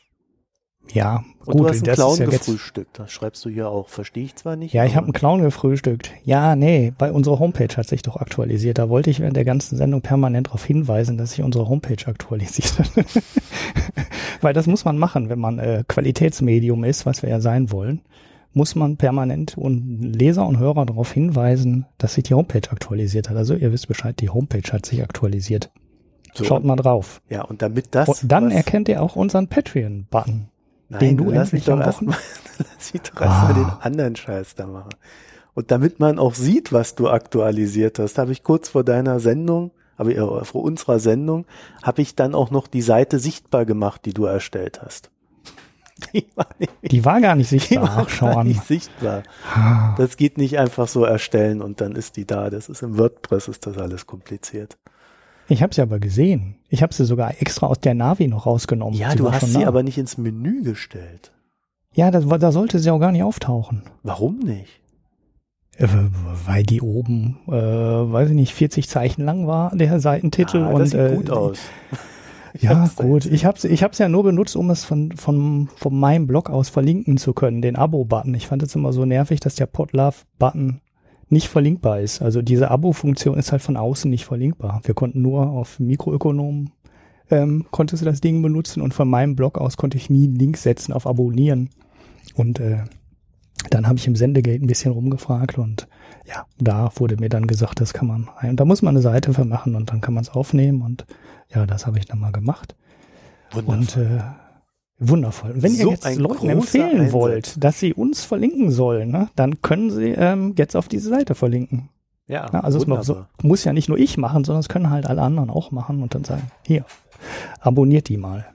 Ja, und gut. Du hast einen das Clown ist ja gefrühstückt, das schreibst du hier auch. Verstehe ich zwar nicht. Ja, ich habe einen Clown gefrühstückt. Ja, nee, bei unserer Homepage hat sich doch aktualisiert. Da wollte ich während der ganzen Sendung permanent darauf hinweisen, dass sich unsere Homepage aktualisiert hat. Weil das muss man machen, wenn man äh, Qualitätsmedium ist, was wir ja sein wollen, muss man permanent und Leser und Hörer darauf hinweisen, dass sich die Homepage aktualisiert hat. Also ihr wisst Bescheid, die Homepage hat sich aktualisiert. So. Schaut mal drauf. Ja, und damit das... Und dann erkennt ihr auch unseren Patreon-Button. Nein, den du lass mich doch erstmal erst ah. den anderen Scheiß da machen. Und damit man auch sieht, was du aktualisiert hast, habe ich kurz vor deiner Sendung, aber äh, vor unserer Sendung, habe ich dann auch noch die Seite sichtbar gemacht, die du erstellt hast. Die war, nicht, die war gar nicht sichtbar. Die war Schau gar an. nicht sichtbar. Das geht nicht einfach so erstellen und dann ist die da. Das ist im WordPress, ist das alles kompliziert. Ich habe sie aber gesehen. Ich habe sie sogar extra aus der Navi noch rausgenommen. Ja, sie du hast sie nah. aber nicht ins Menü gestellt. Ja, das, da sollte sie auch gar nicht auftauchen. Warum nicht? Äh, weil die oben, äh, weiß ich nicht, vierzig Zeichen lang war, der Seitentitel. Ja, das und, sieht äh, gut aus. Ja, gut. Ich habe ich hab's ja nur benutzt, um es von, von, von meinem Blog aus verlinken zu können, den Abo-Button. Ich fand es immer so nervig, dass der Podlove-Button nicht verlinkbar ist. Also diese Abo-Funktion ist halt von außen nicht verlinkbar. Wir konnten nur auf Mikroökonomen ähm, konntest du das Ding benutzen und von meinem Blog aus konnte ich nie einen Link setzen auf Abonnieren. Und äh, dann habe ich im Sendegate ein bisschen rumgefragt und ja, da wurde mir dann gesagt, das kann man, und da muss man eine Seite für machen und dann kann man es aufnehmen und ja, das habe ich dann mal gemacht. Wundervoll. Und äh, wundervoll. Wenn so ihr jetzt Leuten empfehlen Einsatz. wollt, dass sie uns verlinken sollen, ne, dann können sie ähm, jetzt auf diese Seite verlinken. Ja, ja also es so, muss ja nicht nur ich machen, sondern es können halt alle anderen auch machen und dann sagen, hier, abonniert die mal.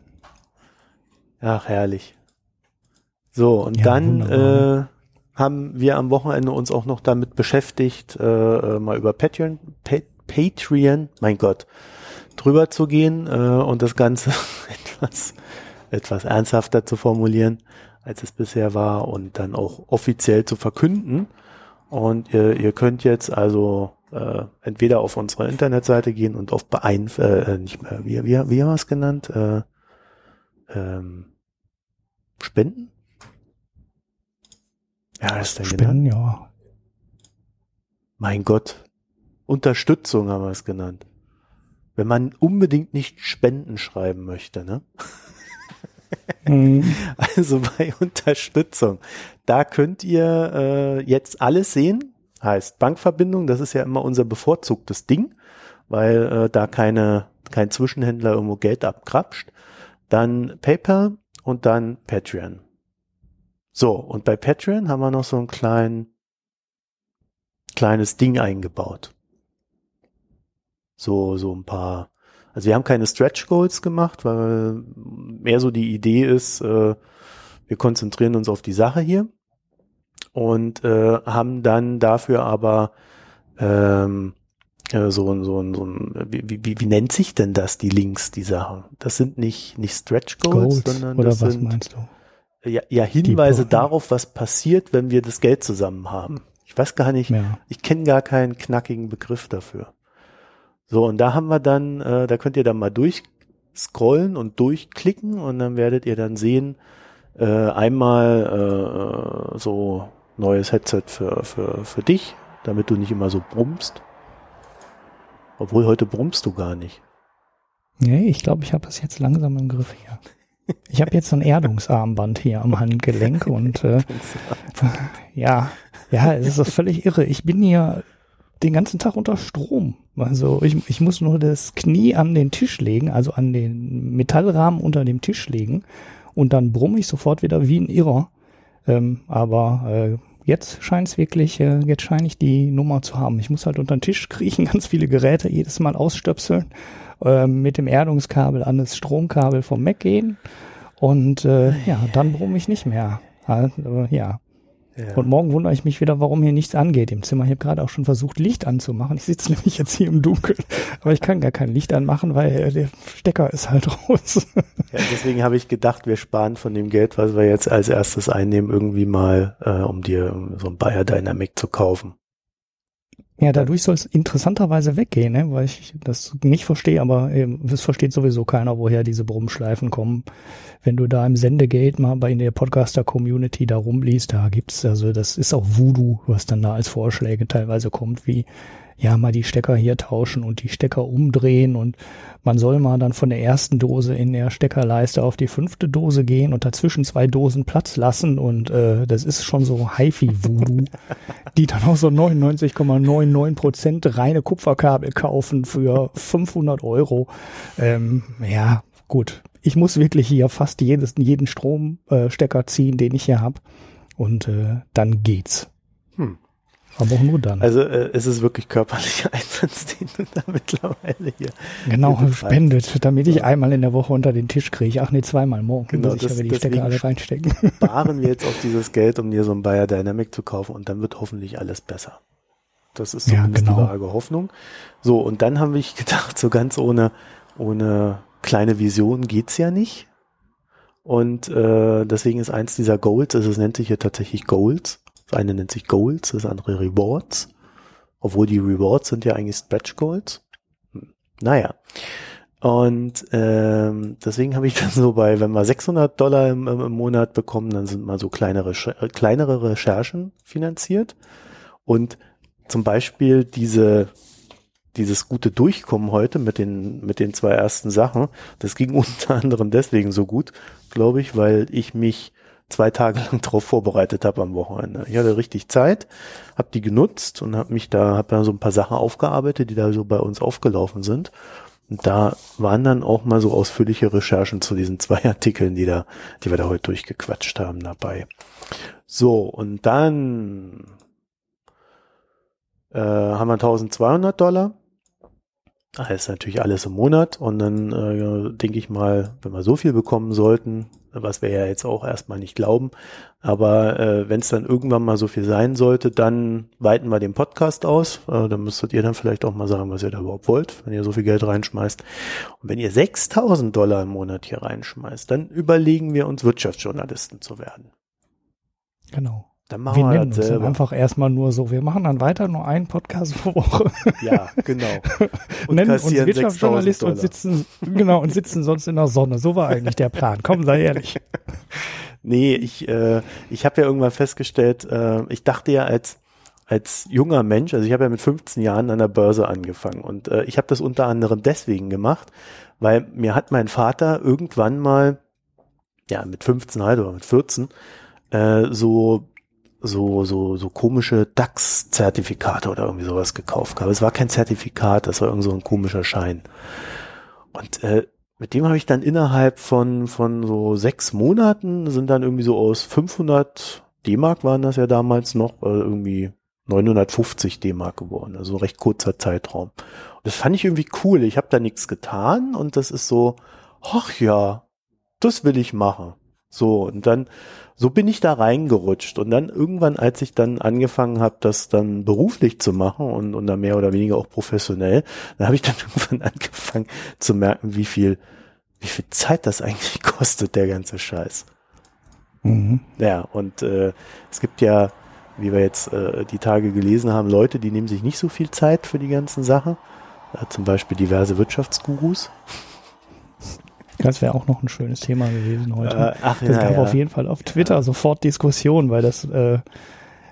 Ach, herrlich. So, und ja, dann äh, haben wir am Wochenende uns auch noch damit beschäftigt, äh, mal über Patreon, pa- Patreon, mein Gott, drüber zu gehen äh, und das Ganze etwas etwas ernsthafter zu formulieren, als es bisher war und dann auch offiziell zu verkünden. Und ihr, ihr könnt jetzt also äh, entweder auf unsere Internetseite gehen und auf Beein, äh, nicht mehr, wie, wie, wie haben wir es genannt? Äh, ähm, Spenden? Ja, was ist denn Spenden, genannt? Ja. Mein Gott. Unterstützung haben wir es genannt. Wenn man unbedingt nicht Spenden schreiben möchte, ne? Also bei Unterstützung, da könnt ihr äh, jetzt alles sehen, heißt Bankverbindung, das ist ja immer unser bevorzugtes Ding, weil äh, da keine kein Zwischenhändler irgendwo Geld abkrapscht. Dann PayPal und dann Patreon. So, und bei Patreon haben wir noch so ein klein, kleines Ding eingebaut. So, so ein paar. Also wir haben keine Stretch Goals gemacht, weil mehr so die Idee ist, äh, wir konzentrieren uns auf die Sache hier und äh, haben dann dafür aber ähm, äh, so, so, so ein, wie, wie, wie nennt sich denn das, die Links, die Sache? Das sind nicht, nicht Stretch Goals, Goals sondern oder das was sind meinst du? Ja, ja Hinweise darauf, was passiert, wenn wir das Geld zusammen haben. Ich weiß gar nicht, ja. ich kenne gar keinen knackigen Begriff dafür. So, und da haben wir dann, äh, da könnt ihr dann mal durchscrollen und durchklicken und dann werdet ihr dann sehen, äh, einmal äh, so neues Headset für, für, für dich, damit du nicht immer so brummst. Obwohl, heute brummst du gar nicht. Nee, ich glaube, ich habe das jetzt langsam im Griff hier. Ich habe jetzt so ein Erdungsarmband hier am Handgelenk und äh, ja, ja, es ist so völlig irre. Ich bin hier den ganzen Tag unter Strom. Also ich, ich muss nur das Knie an den Tisch legen, also an den Metallrahmen unter dem Tisch legen und dann brumme ich sofort wieder wie ein Irrer. Ähm, aber äh, jetzt scheint es wirklich, äh, jetzt scheine ich die Nummer zu haben. Ich muss halt unter den Tisch kriechen, ganz viele Geräte jedes Mal ausstöpseln, äh, mit dem Erdungskabel an das Stromkabel vom Mac gehen und äh, ja, dann brumme ich nicht mehr. Also, ja. Ja. Und morgen wundere ich mich wieder, warum hier nichts angeht im Zimmer. Ich habe gerade auch schon versucht, Licht anzumachen. Ich sitze nämlich jetzt hier im Dunkeln, aber ich kann gar kein Licht anmachen, weil der Stecker ist halt raus. Ja, deswegen habe ich gedacht, wir sparen von dem Geld, was wir jetzt als erstes einnehmen, irgendwie mal, äh, um dir so ein Beyerdynamic zu kaufen. Ja, dadurch soll es interessanterweise weggehen, ne? Weil ich das nicht verstehe, aber es versteht sowieso keiner, woher diese Brummschleifen kommen. Wenn du da im Sendegate mal bei in der Podcaster-Community da rumliest, da gibt's, also das ist auch Voodoo, was dann da als Vorschläge teilweise kommt, wie ja, mal die Stecker hier tauschen und die Stecker umdrehen und man soll mal dann von der ersten Dose in der Steckerleiste auf die fünfte Dose gehen und dazwischen zwei Dosen Platz lassen und äh, das ist schon so Hi-Fi-Voodoo, die dann auch so neunundneunzig Komma neunundneunzig Prozent reine Kupferkabel kaufen für fünfhundert Euro. Ähm, ja, gut. Ich muss wirklich hier fast jedes, jeden Stromstecker äh, ziehen, den ich hier habe und äh, dann geht's. Hm. Aber auch nur dann. Also äh, es ist wirklich körperlicher Einsatz, den du da mittlerweile hier genau hier spendet, damit ich einmal in der Woche unter den Tisch kriege. Ach nee, zweimal morgen. Genau, muss ich das, aber die Stecker alle reinstecken. Sparen wir jetzt auf dieses Geld, um dir so ein Beyerdynamic zu kaufen und dann wird hoffentlich alles besser. Das ist zumindest ja, genau. die vage Hoffnung. So, und dann habe ich gedacht, so ganz ohne, ohne kleine Vision geht's ja nicht. Und äh, deswegen ist eins dieser Goals, also es nennt sich hier tatsächlich Goals. Das eine nennt sich Goals, das andere Rewards. Obwohl die Rewards sind ja eigentlich Stretch Goals. Hm. Naja. Und ähm, deswegen habe ich dann so bei, wenn wir sechshundert Dollar im, im Monat bekommen, dann sind mal so kleinere, kleinere Recherchen finanziert. Und zum Beispiel diese dieses gute Durchkommen heute mit den mit den zwei ersten Sachen, das ging unter anderem deswegen so gut, glaube ich, weil ich mich zwei Tage lang darauf vorbereitet habe am Wochenende. Ich hatte richtig Zeit, habe die genutzt und habe mich da, habe da so ein paar Sachen aufgearbeitet, die da so bei uns aufgelaufen sind. Und da waren dann auch mal so ausführliche Recherchen zu diesen zwei Artikeln, die da, die wir da heute durchgequatscht haben dabei. So, und dann äh, haben wir eintausendzweihundert Dollar. Das ist natürlich alles im Monat und dann äh, denke ich mal, wenn wir so viel bekommen sollten, was wir ja jetzt auch erstmal nicht glauben, aber äh, wenn es dann irgendwann mal so viel sein sollte, dann weiten wir den Podcast aus. Äh, dann müsstet ihr dann vielleicht auch mal sagen, was ihr da überhaupt wollt, wenn ihr so viel Geld reinschmeißt. Und wenn ihr sechstausend Dollar im Monat hier reinschmeißt, dann überlegen wir uns, Wirtschaftsjournalisten zu werden. Genau. Dann machen wir wir nennen das uns selber. Dann einfach erstmal nur so, wir machen dann weiter nur einen Podcast pro Woche. Ja, genau. Und nennen uns Wirtschaftsjournalist und sitzen, genau, und sitzen sonst in der Sonne. So war eigentlich der Plan. Komm, sei ehrlich. Nee, ich, äh, ich habe ja irgendwann festgestellt, äh, ich dachte ja als, als junger Mensch, also ich habe ja mit fünfzehn Jahren an der Börse angefangen und äh, ich habe das unter anderem deswegen gemacht, weil mir hat mein Vater irgendwann mal, ja mit fünfzehn halt oder mit vierzehn, äh, so so so so komische DAX-Zertifikate oder irgendwie sowas gekauft. Aber es war kein Zertifikat, das war irgend so ein komischer Schein. Und äh, mit dem habe ich dann innerhalb von von so sechs Monaten sind dann irgendwie so aus fünfhundert D-Mark waren das ja damals noch, äh, irgendwie neunhundertfünfzig D-Mark geworden. Also ein recht kurzer Zeitraum. Und das fand ich irgendwie cool. Ich habe da nichts getan und das ist so, ach ja, das will ich machen. So, und dann, so bin ich da reingerutscht. Und dann irgendwann, als ich dann angefangen habe, das dann beruflich zu machen und, und dann mehr oder weniger auch professionell, dann habe ich dann irgendwann angefangen zu merken, wie viel, wie viel Zeit das eigentlich kostet, der ganze Scheiß. Mhm. Ja, und äh, es gibt ja, wie wir jetzt äh, die Tage gelesen haben, Leute, die nehmen sich nicht so viel Zeit für die ganzen Sachen. Äh, zum Beispiel diverse Wirtschaftsgurus. Das wäre auch noch ein schönes Thema gewesen heute. Äh, ach, das ja, gab ja. auf jeden Fall auf Twitter ja. sofort Diskussion, weil das, äh,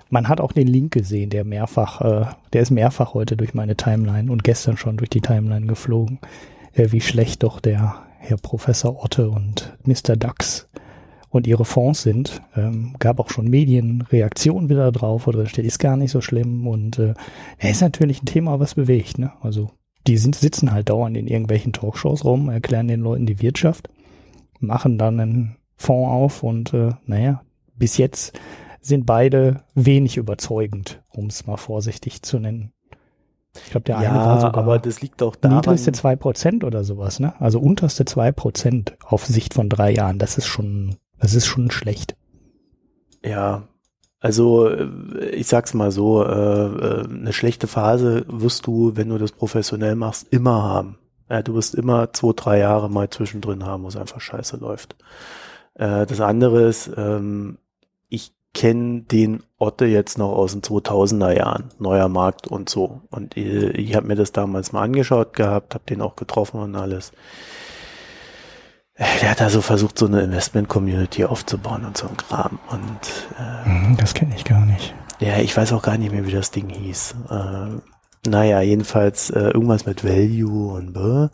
man hat auch den Link gesehen, der mehrfach, äh, der ist mehrfach heute durch meine Timeline und gestern schon durch die Timeline geflogen, äh, wie schlecht doch der Herr Professor Otte und Mister Dax und ihre Fonds sind. Ähm, gab auch schon Medienreaktionen wieder drauf, oder steht, ist gar nicht so schlimm. Und äh, er ist natürlich ein Thema, was bewegt, ne? Also die sind, sitzen halt dauernd in irgendwelchen Talkshows rum, erklären den Leuten die Wirtschaft, machen dann einen Fonds auf und äh, naja, bis jetzt sind beide wenig überzeugend, um es mal vorsichtig zu nennen. Ich glaube, der ja, eine war sogar aber das liegt auch daran, niedrigste zwei Prozent oder sowas, ne? Also unterste zwei Prozent auf Sicht von drei Jahren. Das ist schon, das ist schon schlecht. Ja, also ich sag's mal so, äh, eine schlechte Phase wirst du, wenn du das professionell machst, immer haben. Ja, du wirst immer zwei, drei Jahre mal zwischendrin haben, wo es einfach scheiße läuft. Äh, das andere ist, ähm, ich kenne den Otte jetzt noch aus den zweitausender Jahren, neuer Markt und so. Und ich, ich habe mir das damals mal angeschaut gehabt, habe den auch getroffen und alles. Der hat also versucht, so eine Investment-Community aufzubauen und so ein Kram. Und äh, das kenne ich gar nicht. Ja, ich weiß auch gar nicht mehr, wie das Ding hieß. Äh, naja, jedenfalls äh, irgendwas mit Value und bäh.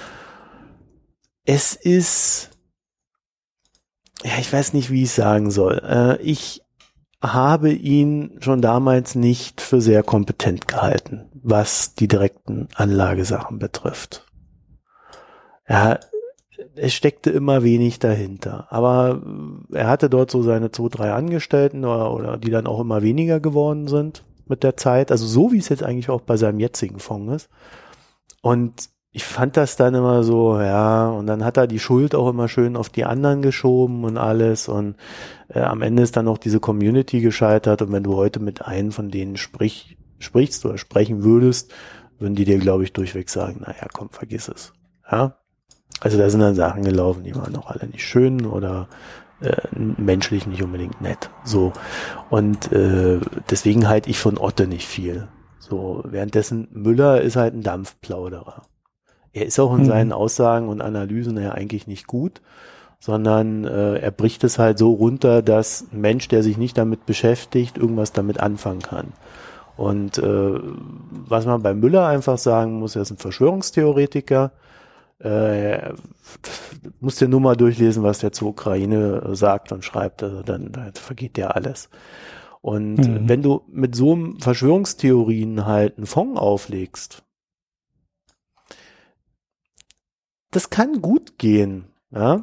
Es ist, ja, ich weiß nicht, wie ich sagen soll. Äh, ich habe ihn schon damals nicht für sehr kompetent gehalten, was die direkten Anlagesachen betrifft. Ja, es steckte immer wenig dahinter, aber er hatte dort so seine zwei, drei Angestellten oder, oder die dann auch immer weniger geworden sind mit der Zeit, also so wie es jetzt eigentlich auch bei seinem jetzigen Fonds ist. Und ich fand das dann immer so, ja, und dann hat er die Schuld auch immer schön auf die anderen geschoben und alles und äh, am Ende ist dann auch diese Community gescheitert und wenn du heute mit einem von denen sprich, sprichst oder sprechen würdest, würden die dir, glaube ich, durchweg sagen, naja, komm, vergiss es, ja. Also da sind dann Sachen gelaufen, die waren auch alle nicht schön oder äh, menschlich nicht unbedingt nett. So. Und äh, deswegen halte ich von Otte nicht viel. So, währenddessen Müller ist halt ein Dampfplauderer. Er ist auch in Mhm. seinen Aussagen und Analysen ja eigentlich nicht gut, sondern äh, er bricht es halt so runter, dass ein Mensch, der sich nicht damit beschäftigt, irgendwas damit anfangen kann. Und äh, was man bei Müller einfach sagen muss, er ist ein Verschwörungstheoretiker. Äh, musst dir nur mal durchlesen, was der zur Ukraine sagt und schreibt, also dann, dann vergeht dir alles. Und Mhm. wenn du mit so einem Verschwörungstheorien halt einen Fonds auflegst, das kann gut gehen, ja,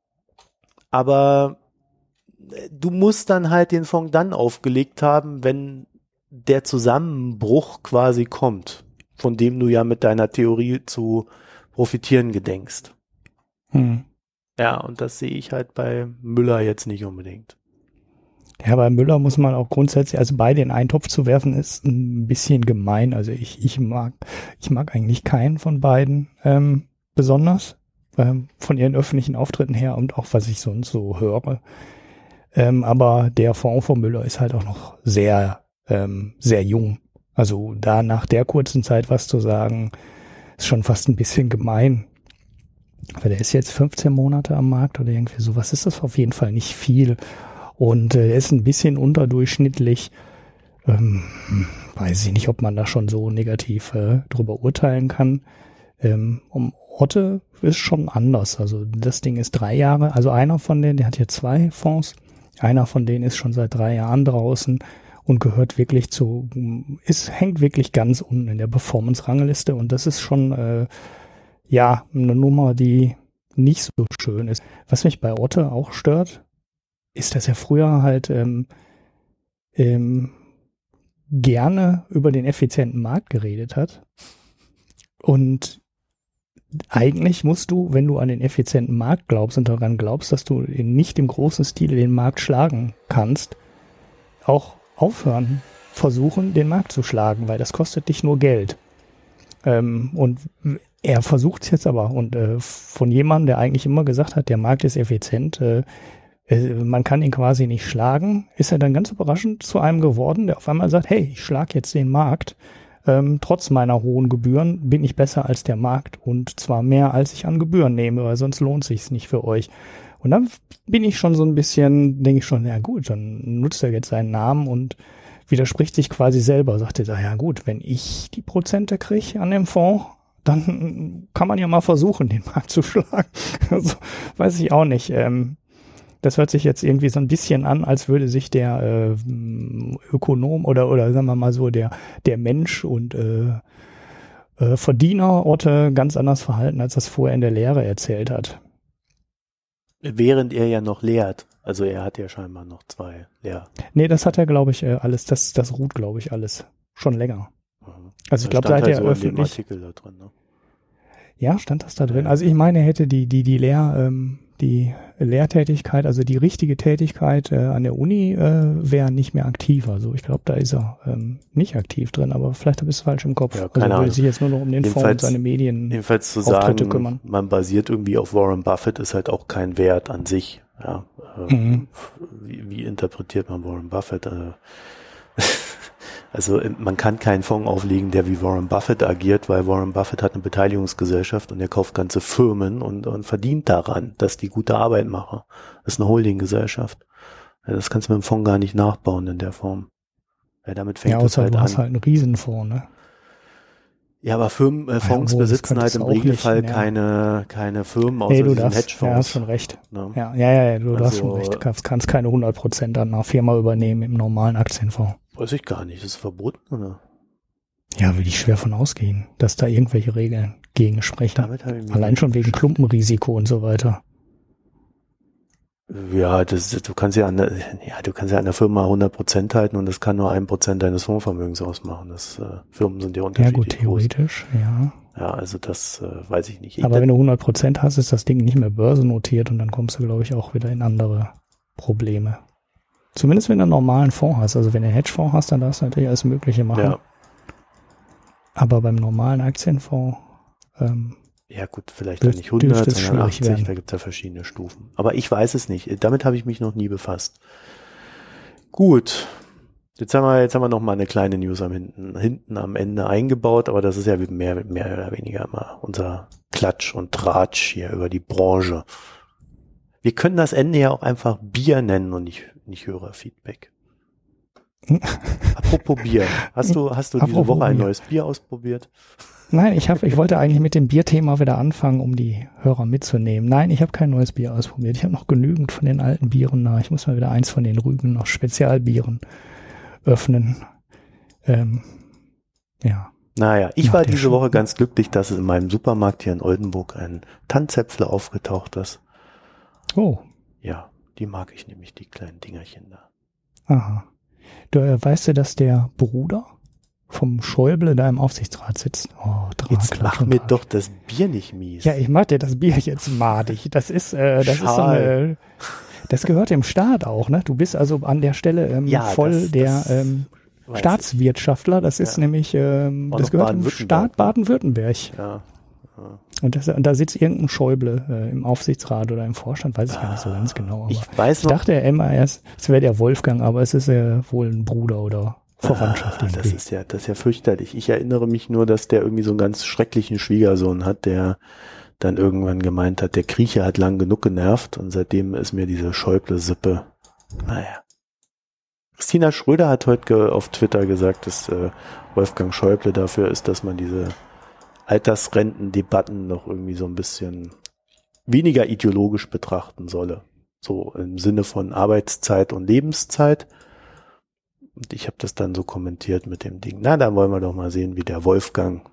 aber du musst dann halt den Fonds dann aufgelegt haben, wenn der Zusammenbruch quasi kommt, von dem du ja mit deiner Theorie zu profitieren gedenkst. Hm. Ja, und das sehe ich halt bei Müller jetzt nicht unbedingt. Ja, bei Müller muss man auch grundsätzlich, also beide in einen Topf zu werfen, ist ein bisschen gemein. Also ich, ich mag, ich mag eigentlich keinen von beiden ähm, besonders, ähm, von ihren öffentlichen Auftritten her und auch was ich sonst so höre. Ähm, aber der Fonds von Müller ist halt auch noch sehr, ähm, sehr jung. Also da nach der kurzen Zeit was zu sagen, ist schon fast ein bisschen gemein. Weil der ist jetzt fünfzehn Monate am Markt oder irgendwie sowas. Ist das auf jeden Fall nicht viel. Und äh, er ist ein bisschen unterdurchschnittlich. Ähm, weiß ich nicht, ob man da schon so negativ äh, drüber urteilen kann. Ähm, um Otte ist schon anders. Also das Ding ist drei Jahre. Also einer von denen, der hat hier zwei Fonds. Einer von denen ist schon seit drei Jahren draußen und gehört wirklich zu, ist, hängt wirklich ganz unten in der Performance-Rangliste. Und das ist schon, äh, ja, eine Nummer, die nicht so schön ist. Was mich bei Otte auch stört, ist, dass er früher halt ähm, ähm, gerne über den effizienten Markt geredet hat. Und eigentlich musst du, wenn du an den effizienten Markt glaubst und daran glaubst, dass du in nicht im großen Stile den Markt schlagen kannst, auch aufhören, versuchen, den Markt zu schlagen, weil das kostet dich nur Geld. Ähm, und er versucht es jetzt aber. Und äh, von jemandem, der eigentlich immer gesagt hat, der Markt ist effizient, äh, äh, man kann ihn quasi nicht schlagen, ist er dann ganz überraschend zu einem geworden, der auf einmal sagt, hey, ich schlage jetzt den Markt. Ähm, trotz meiner hohen Gebühren bin ich besser als der Markt und zwar mehr, als ich an Gebühren nehme, weil sonst lohnt sich's nicht für euch. Und dann bin ich schon so ein bisschen, denke ich schon, ja gut, dann nutzt er jetzt seinen Namen und widerspricht sich quasi selber. Sagte da, ja gut, wenn ich die Prozente kriege an dem Fonds, dann kann man ja mal versuchen, den Markt zu schlagen. Also, weiß ich auch nicht. Ähm, das hört sich jetzt irgendwie so ein bisschen an, als würde sich der äh, Ökonom oder oder sagen wir mal so der der Mensch und äh, äh, Verdiener Orte ganz anders verhalten, als das vorher in der Lehre erzählt hat. Während er ja noch lehrt. Also er hat ja scheinbar noch zwei Lehr. Nee, das hat er, glaube ich, äh, alles. Das das ruht, glaube ich, alles schon länger. Mhm. Also ich glaube, stand seit halt er so öffentlich. in dem Artikel da drin, ne? Ja, stand das da drin? Ja. Also ich meine, er hätte die die die Lehr ähm, die Lehrtätigkeit, also die richtige Tätigkeit äh, an der Uni äh, wäre nicht mehr aktiv. Also ich glaube, da ist er ähm, nicht aktiv drin, aber vielleicht habe ich es falsch im Kopf. Ja, Also keine er will Ahnung. sich jetzt nur noch um den Fonds und seine Medien Jedenfalls zu Auftritte sagen, kümmern. man basiert irgendwie auf Warren Buffett, ist halt auch kein Wert an sich. Ja, äh, Mhm. wie, wie interpretiert man Warren Buffett? Äh, also man kann keinen Fonds auflegen, der wie Warren Buffett agiert, weil Warren Buffett hat eine Beteiligungsgesellschaft und er kauft ganze Firmen und, und verdient daran, dass die gute Arbeit machen. Das ist eine Holdinggesellschaft. Ja, das kannst du mit dem Fonds gar nicht nachbauen in der Form. Ja, damit fängt Ja, es außer halt du an. hast halt einen Riesenfonds, ne? Ja, aber Firmen, äh, Fonds obwohl, das besitzen halt könntest im du auch nicht, Regelfall ja. keine, keine Firmen, außer Nee, du diesen darfst, ja, Hedgefonds. hast schon recht. Ne? Ja, ja, ja, ja, du hast Also, schon recht. Du kannst, kannst keine hundert Prozent an einer Firma übernehmen im normalen Aktienfonds. Weiß ich gar nicht. Ist es verboten, oder? Ja, will ich schwer von ausgehen, dass da irgendwelche Regeln gegen sprechen. Damit habe ich mich Allein nicht schon wegen beschäftigt. Klumpenrisiko und so weiter. Ja, das, du kannst ja an der, ja, du kannst ja an der Firma hundert Prozent halten und das kann nur ein Prozent deines Fondsvermögens ausmachen. Das, äh, Firmen sind ja Ja unterschiedlich gut, theoretisch, ja. groß. Ja, also das äh, weiß ich nicht. Ich, Aber wenn du hundert Prozent hast, ist das Ding nicht mehr börsennotiert und dann kommst du, glaube ich, auch wieder in andere Probleme. Zumindest wenn du einen normalen Fonds hast. Also wenn du einen Hedgefonds hast, dann darfst du natürlich alles Mögliche machen. ja, Aber beim normalen Aktienfonds, ähm, ja gut, vielleicht Dürf- dann nicht hundert, dürfte es sondern schwierig achtzig, werden. da gibt's ja verschiedene Stufen. Aber ich weiß es nicht. Damit habe ich mich noch nie befasst. Gut. Jetzt haben wir, jetzt haben wir noch mal eine kleine News am hinten, hinten am Ende eingebaut, aber das ist ja mehr, mehr oder weniger immer unser Klatsch und Tratsch hier über die Branche. Wir können das Ende ja auch einfach Bier nennen und nicht, nicht Hörerfeedback. Apropos Bier. Hast du, hast du diese Apropos Woche ein Bier. neues Bier ausprobiert? nein, ich habe, ich wollte eigentlich mit dem Bierthema wieder anfangen, um die Hörer mitzunehmen. Nein, ich habe kein neues Bier ausprobiert. Ich habe noch genügend von den alten Bieren da. Ich muss mal wieder eins von den Rügen, noch Spezialbieren öffnen. Ähm, ja. Naja, ich Nach war der diese Schule. Woche ganz glücklich, dass es in meinem Supermarkt hier in Oldenburg ein Tanzäpfle aufgetaucht ist. Oh, Ja, die mag ich nämlich, die kleinen Dingerchen da. aha. Du, äh, weißt du, dass der Bruder vom Schäuble da im Aufsichtsrat sitzt? Oh, Jetzt Dracula mach schon mir bald. doch das Bier nicht mies. Ja, ich mach dir das Bier jetzt madig. Das ist, äh, das ist so Schal. eine, das gehört dem Staat auch, ne? Du bist also an der Stelle ähm, Ja, voll das- der das ähm, weiß Staatswirtschaftler. Das ist Ja. nämlich, ähm, Auch das noch gehört dem Baden-Württemberg, Staat ne? Baden-Württemberg. ich. Ja. Und, das, und da sitzt irgendein Schäuble äh, im Aufsichtsrat oder im Vorstand, weiß ich gar nicht so ganz genau. Aber Ich weiß ich noch, dachte ja immer erst, es wäre der Wolfgang, aber es ist ja wohl ein Bruder oder Verwandtschaft. ah, das irgendwie. ist ja, das ist ja fürchterlich. Ich erinnere mich nur, dass der irgendwie so einen ganz schrecklichen Schwiegersohn hat, der dann irgendwann gemeint hat, der Kriecher hat lang genug genervt und seitdem ist mir diese Schäuble-Sippe, naja. Christina Schröder hat heute ge- auf Twitter gesagt, dass äh, Wolfgang Schäuble dafür ist, dass man diese Altersrentendebatten noch irgendwie so ein bisschen weniger ideologisch betrachten solle. So im Sinne von Arbeitszeit und Lebenszeit. Und ich habe das dann so kommentiert mit dem Ding. Na, dann wollen wir doch mal sehen, wie der Wolfgang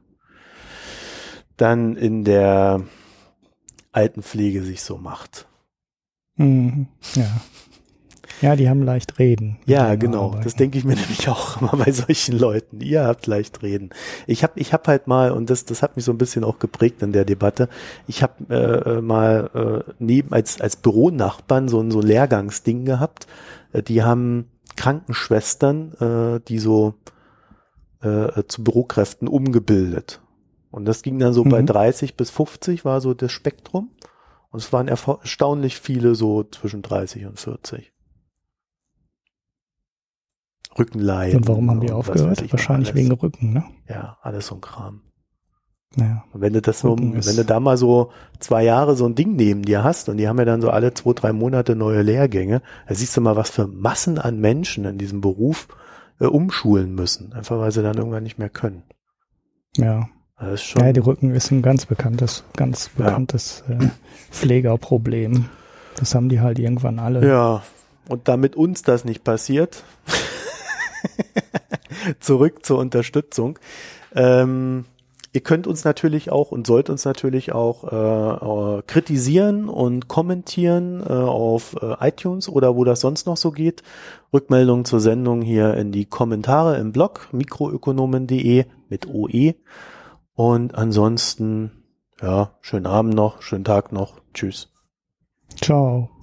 dann in der Altenpflege sich so macht. Mhm, ja. Ja, die haben leicht reden. mit Ja, denen wir genau. arbeiten. Das denke ich mir nämlich auch immer bei solchen Leuten. Ihr habt leicht reden. Ich habe ich hab halt mal, und das das hat mich so ein bisschen auch geprägt in der Debatte, ich habe äh, mal äh, neben als als Büronachbarn so ein so Lehrgangsding gehabt. Äh, die haben Krankenschwestern, äh, die so äh, zu Bürokräften umgebildet. Und das ging dann so Mhm. bei dreißig bis fünfzig war so das Spektrum. Und es waren erfa- erstaunlich viele so zwischen dreißig und vierzig. Rückenleiden. Und warum haben die und was aufgehört? weiß ich noch Wahrscheinlich alles. wegen Rücken, ne? Ja, alles so ein Kram. Ja. Und wenn du das so, Rücken ist- wenn du da mal so zwei Jahre so ein Ding neben dir hast und die haben ja dann so alle zwei, drei Monate neue Lehrgänge, da siehst du mal, was für Massen an Menschen in diesem Beruf äh, umschulen müssen, einfach weil sie dann irgendwann nicht mehr können. Ja. Das ist schon, Ja, die Rücken ist ein ganz bekanntes, ganz bekanntes ja. äh, Pflegerproblem. Das haben die halt irgendwann alle. Ja, und damit uns das nicht passiert, zurück zur Unterstützung. Ähm, ihr könnt uns natürlich auch und sollt uns natürlich auch äh, äh, kritisieren und kommentieren äh, auf äh, iTunes oder wo das sonst noch so geht. Rückmeldungen zur Sendung hier in die Kommentare im Blog mikroökonomen punkt de mit O E. Und ansonsten, ja, schönen Abend noch, schönen Tag noch. Tschüss. Ciao.